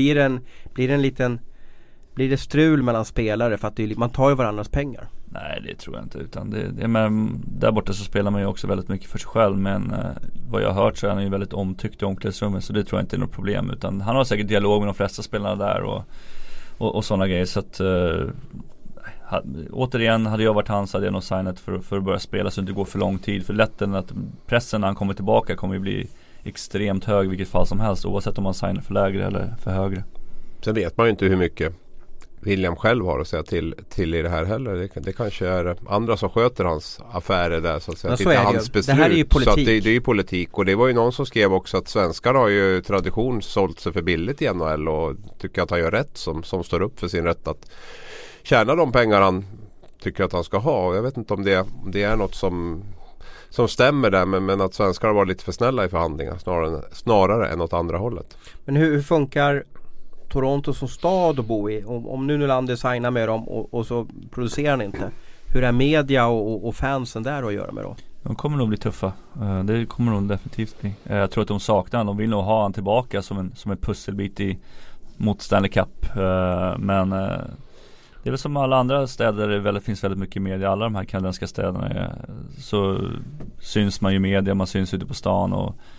blir det strul mellan spelare för att man tar ju varandras pengar? Nej, det tror jag inte utan där borta så spelar man ju också väldigt mycket för sig själv men vad jag har hört så är han ju väldigt omtyckt i omklädningsrummet så det tror jag inte är något problem utan han har säkert dialog med de flesta spelarna där och sådana grejer så att återigen hade jag varit han så hade jag nog signat för att börja spela så det inte går för lång tid för lätten att pressen när han kommer tillbaka kommer ju bli extremt hög i vilket fall som helst oavsett om man signar för lägre eller för högre. Sen vet man ju inte hur mycket William själv har att säga till i det här heller. Det kanske är andra som sköter hans affärer där så att säga. Så är hans beslut. Det här är ju politik. Så att det är ju politik och det var ju någon som skrev också att svenskar har ju tradition sålt sig för billigt i NHL och tycker att han gör rätt som står upp för sin rätt att tjäna de pengar han tycker att han ska ha. Jag vet inte om det är något som stämmer där men att svenskar har varit lite för snälla i förhandlingar snarare än åt andra hållet. Men hur funkar Toronto som stad att bo i? Om nu Nylander signar med dem och så producerar han inte. Hur är media och fansen där att göra med då? De kommer nog bli tuffa. Det kommer nog definitivt bli. Jag tror att de saknar han. De vill nog ha han tillbaka som en pusselbit mot Stanley Cup. Men det är väl som alla andra städer där det finns väldigt mycket media. Alla de här kanadensiska städerna så syns man ju media. Man syns ute på stan och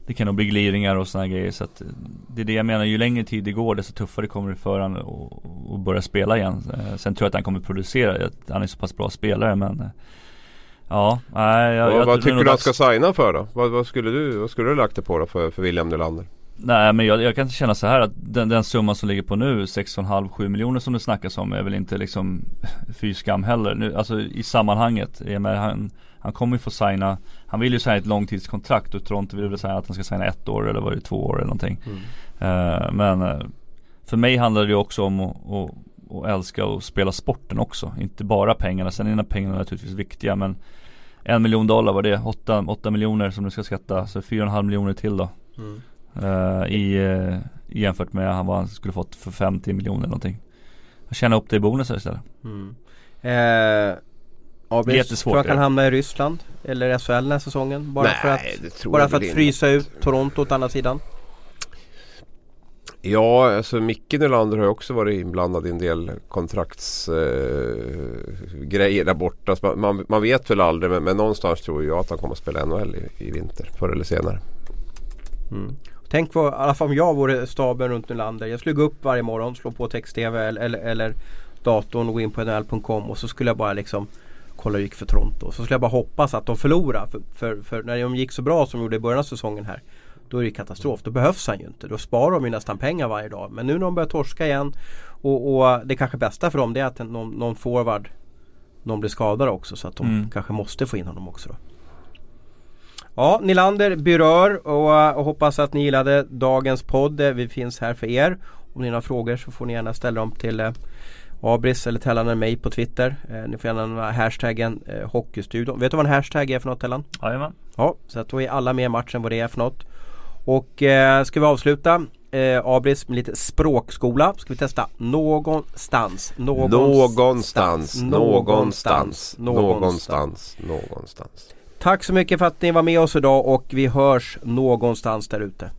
det kan nog bli gliringar och såna grejer, så att det är det jag menar, ju längre tid det går desto tuffare kommer det för han att börja spela igen. Sen tror jag att han kommer producera, han är så pass bra spelare, men ja, vad tycker du han ska signa för då? Vad skulle du lagt det på då för William Nylander? Nej, men jag kan inte känna så här att den summan som ligger på nu, 6,5-7 miljoner som det snackas om, är väl inte liksom fy skam heller nu, alltså i sammanhanget. Han kommer ju få signa, han vill ju signa ett långtidskontrakt, och Toronto vill väl säga att han ska signa 1 år eller var det 2 år eller någonting. Men för mig handlar det ju också om att älska och spela sporten också, inte bara pengarna. Sen är pengarna naturligtvis viktiga, men $1 million var det 8 miljoner som du ska skatta, så 4,5 miljoner till då. Jämfört med han skulle fått för 50 miljoner någonting. Jag känner upp det i bonusar istället. Abris, tror jag kan hamna i Ryssland eller SHL den här säsongen bara för att frysa ut Toronto åt andra sidan. Ja, alltså Micke Nylander har ju också varit inblandad i en del kontraktsgrejer där borta. Så man vet väl aldrig, men någonstans tror jag att han kommer att spela NHL i vinter, förr eller senare. Tänk på, i alla fall om jag vore staben runt Nylander. Jag skulle gå upp varje morgon, slå på text-tv eller datorn och gå in på nhl.com, och så skulle jag bara liksom kolla hur det gick för Toronto. Så skulle jag bara hoppas att de förlorar, för när de gick så bra som de gjorde i början av säsongen här, då är det katastrof. Då behövs han ju inte. Då sparar de ju nästan pengar varje dag. Men nu när de börjar torska igen, och det kanske bästa för dem, det är att någon forward, någon blir skadad också, så att de kanske måste få in honom också då. Ja, Nylander berör och hoppas att ni gillade dagens podd. Vi finns här för er. Om ni har frågor så får ni gärna ställa dem till Abris eller Tellan eller mig på Twitter. Ni får gärna använda hashtaggen Hockeystudion. Vet du vad en hashtag är för något, Tellan? Jajamän. Ja, så att då är alla med i matchen vad det är för något. Och ska vi avsluta Abris med lite språkskola. Ska vi testa någonstans. Tack så mycket för att ni var med oss idag, och vi hörs någonstans där ute.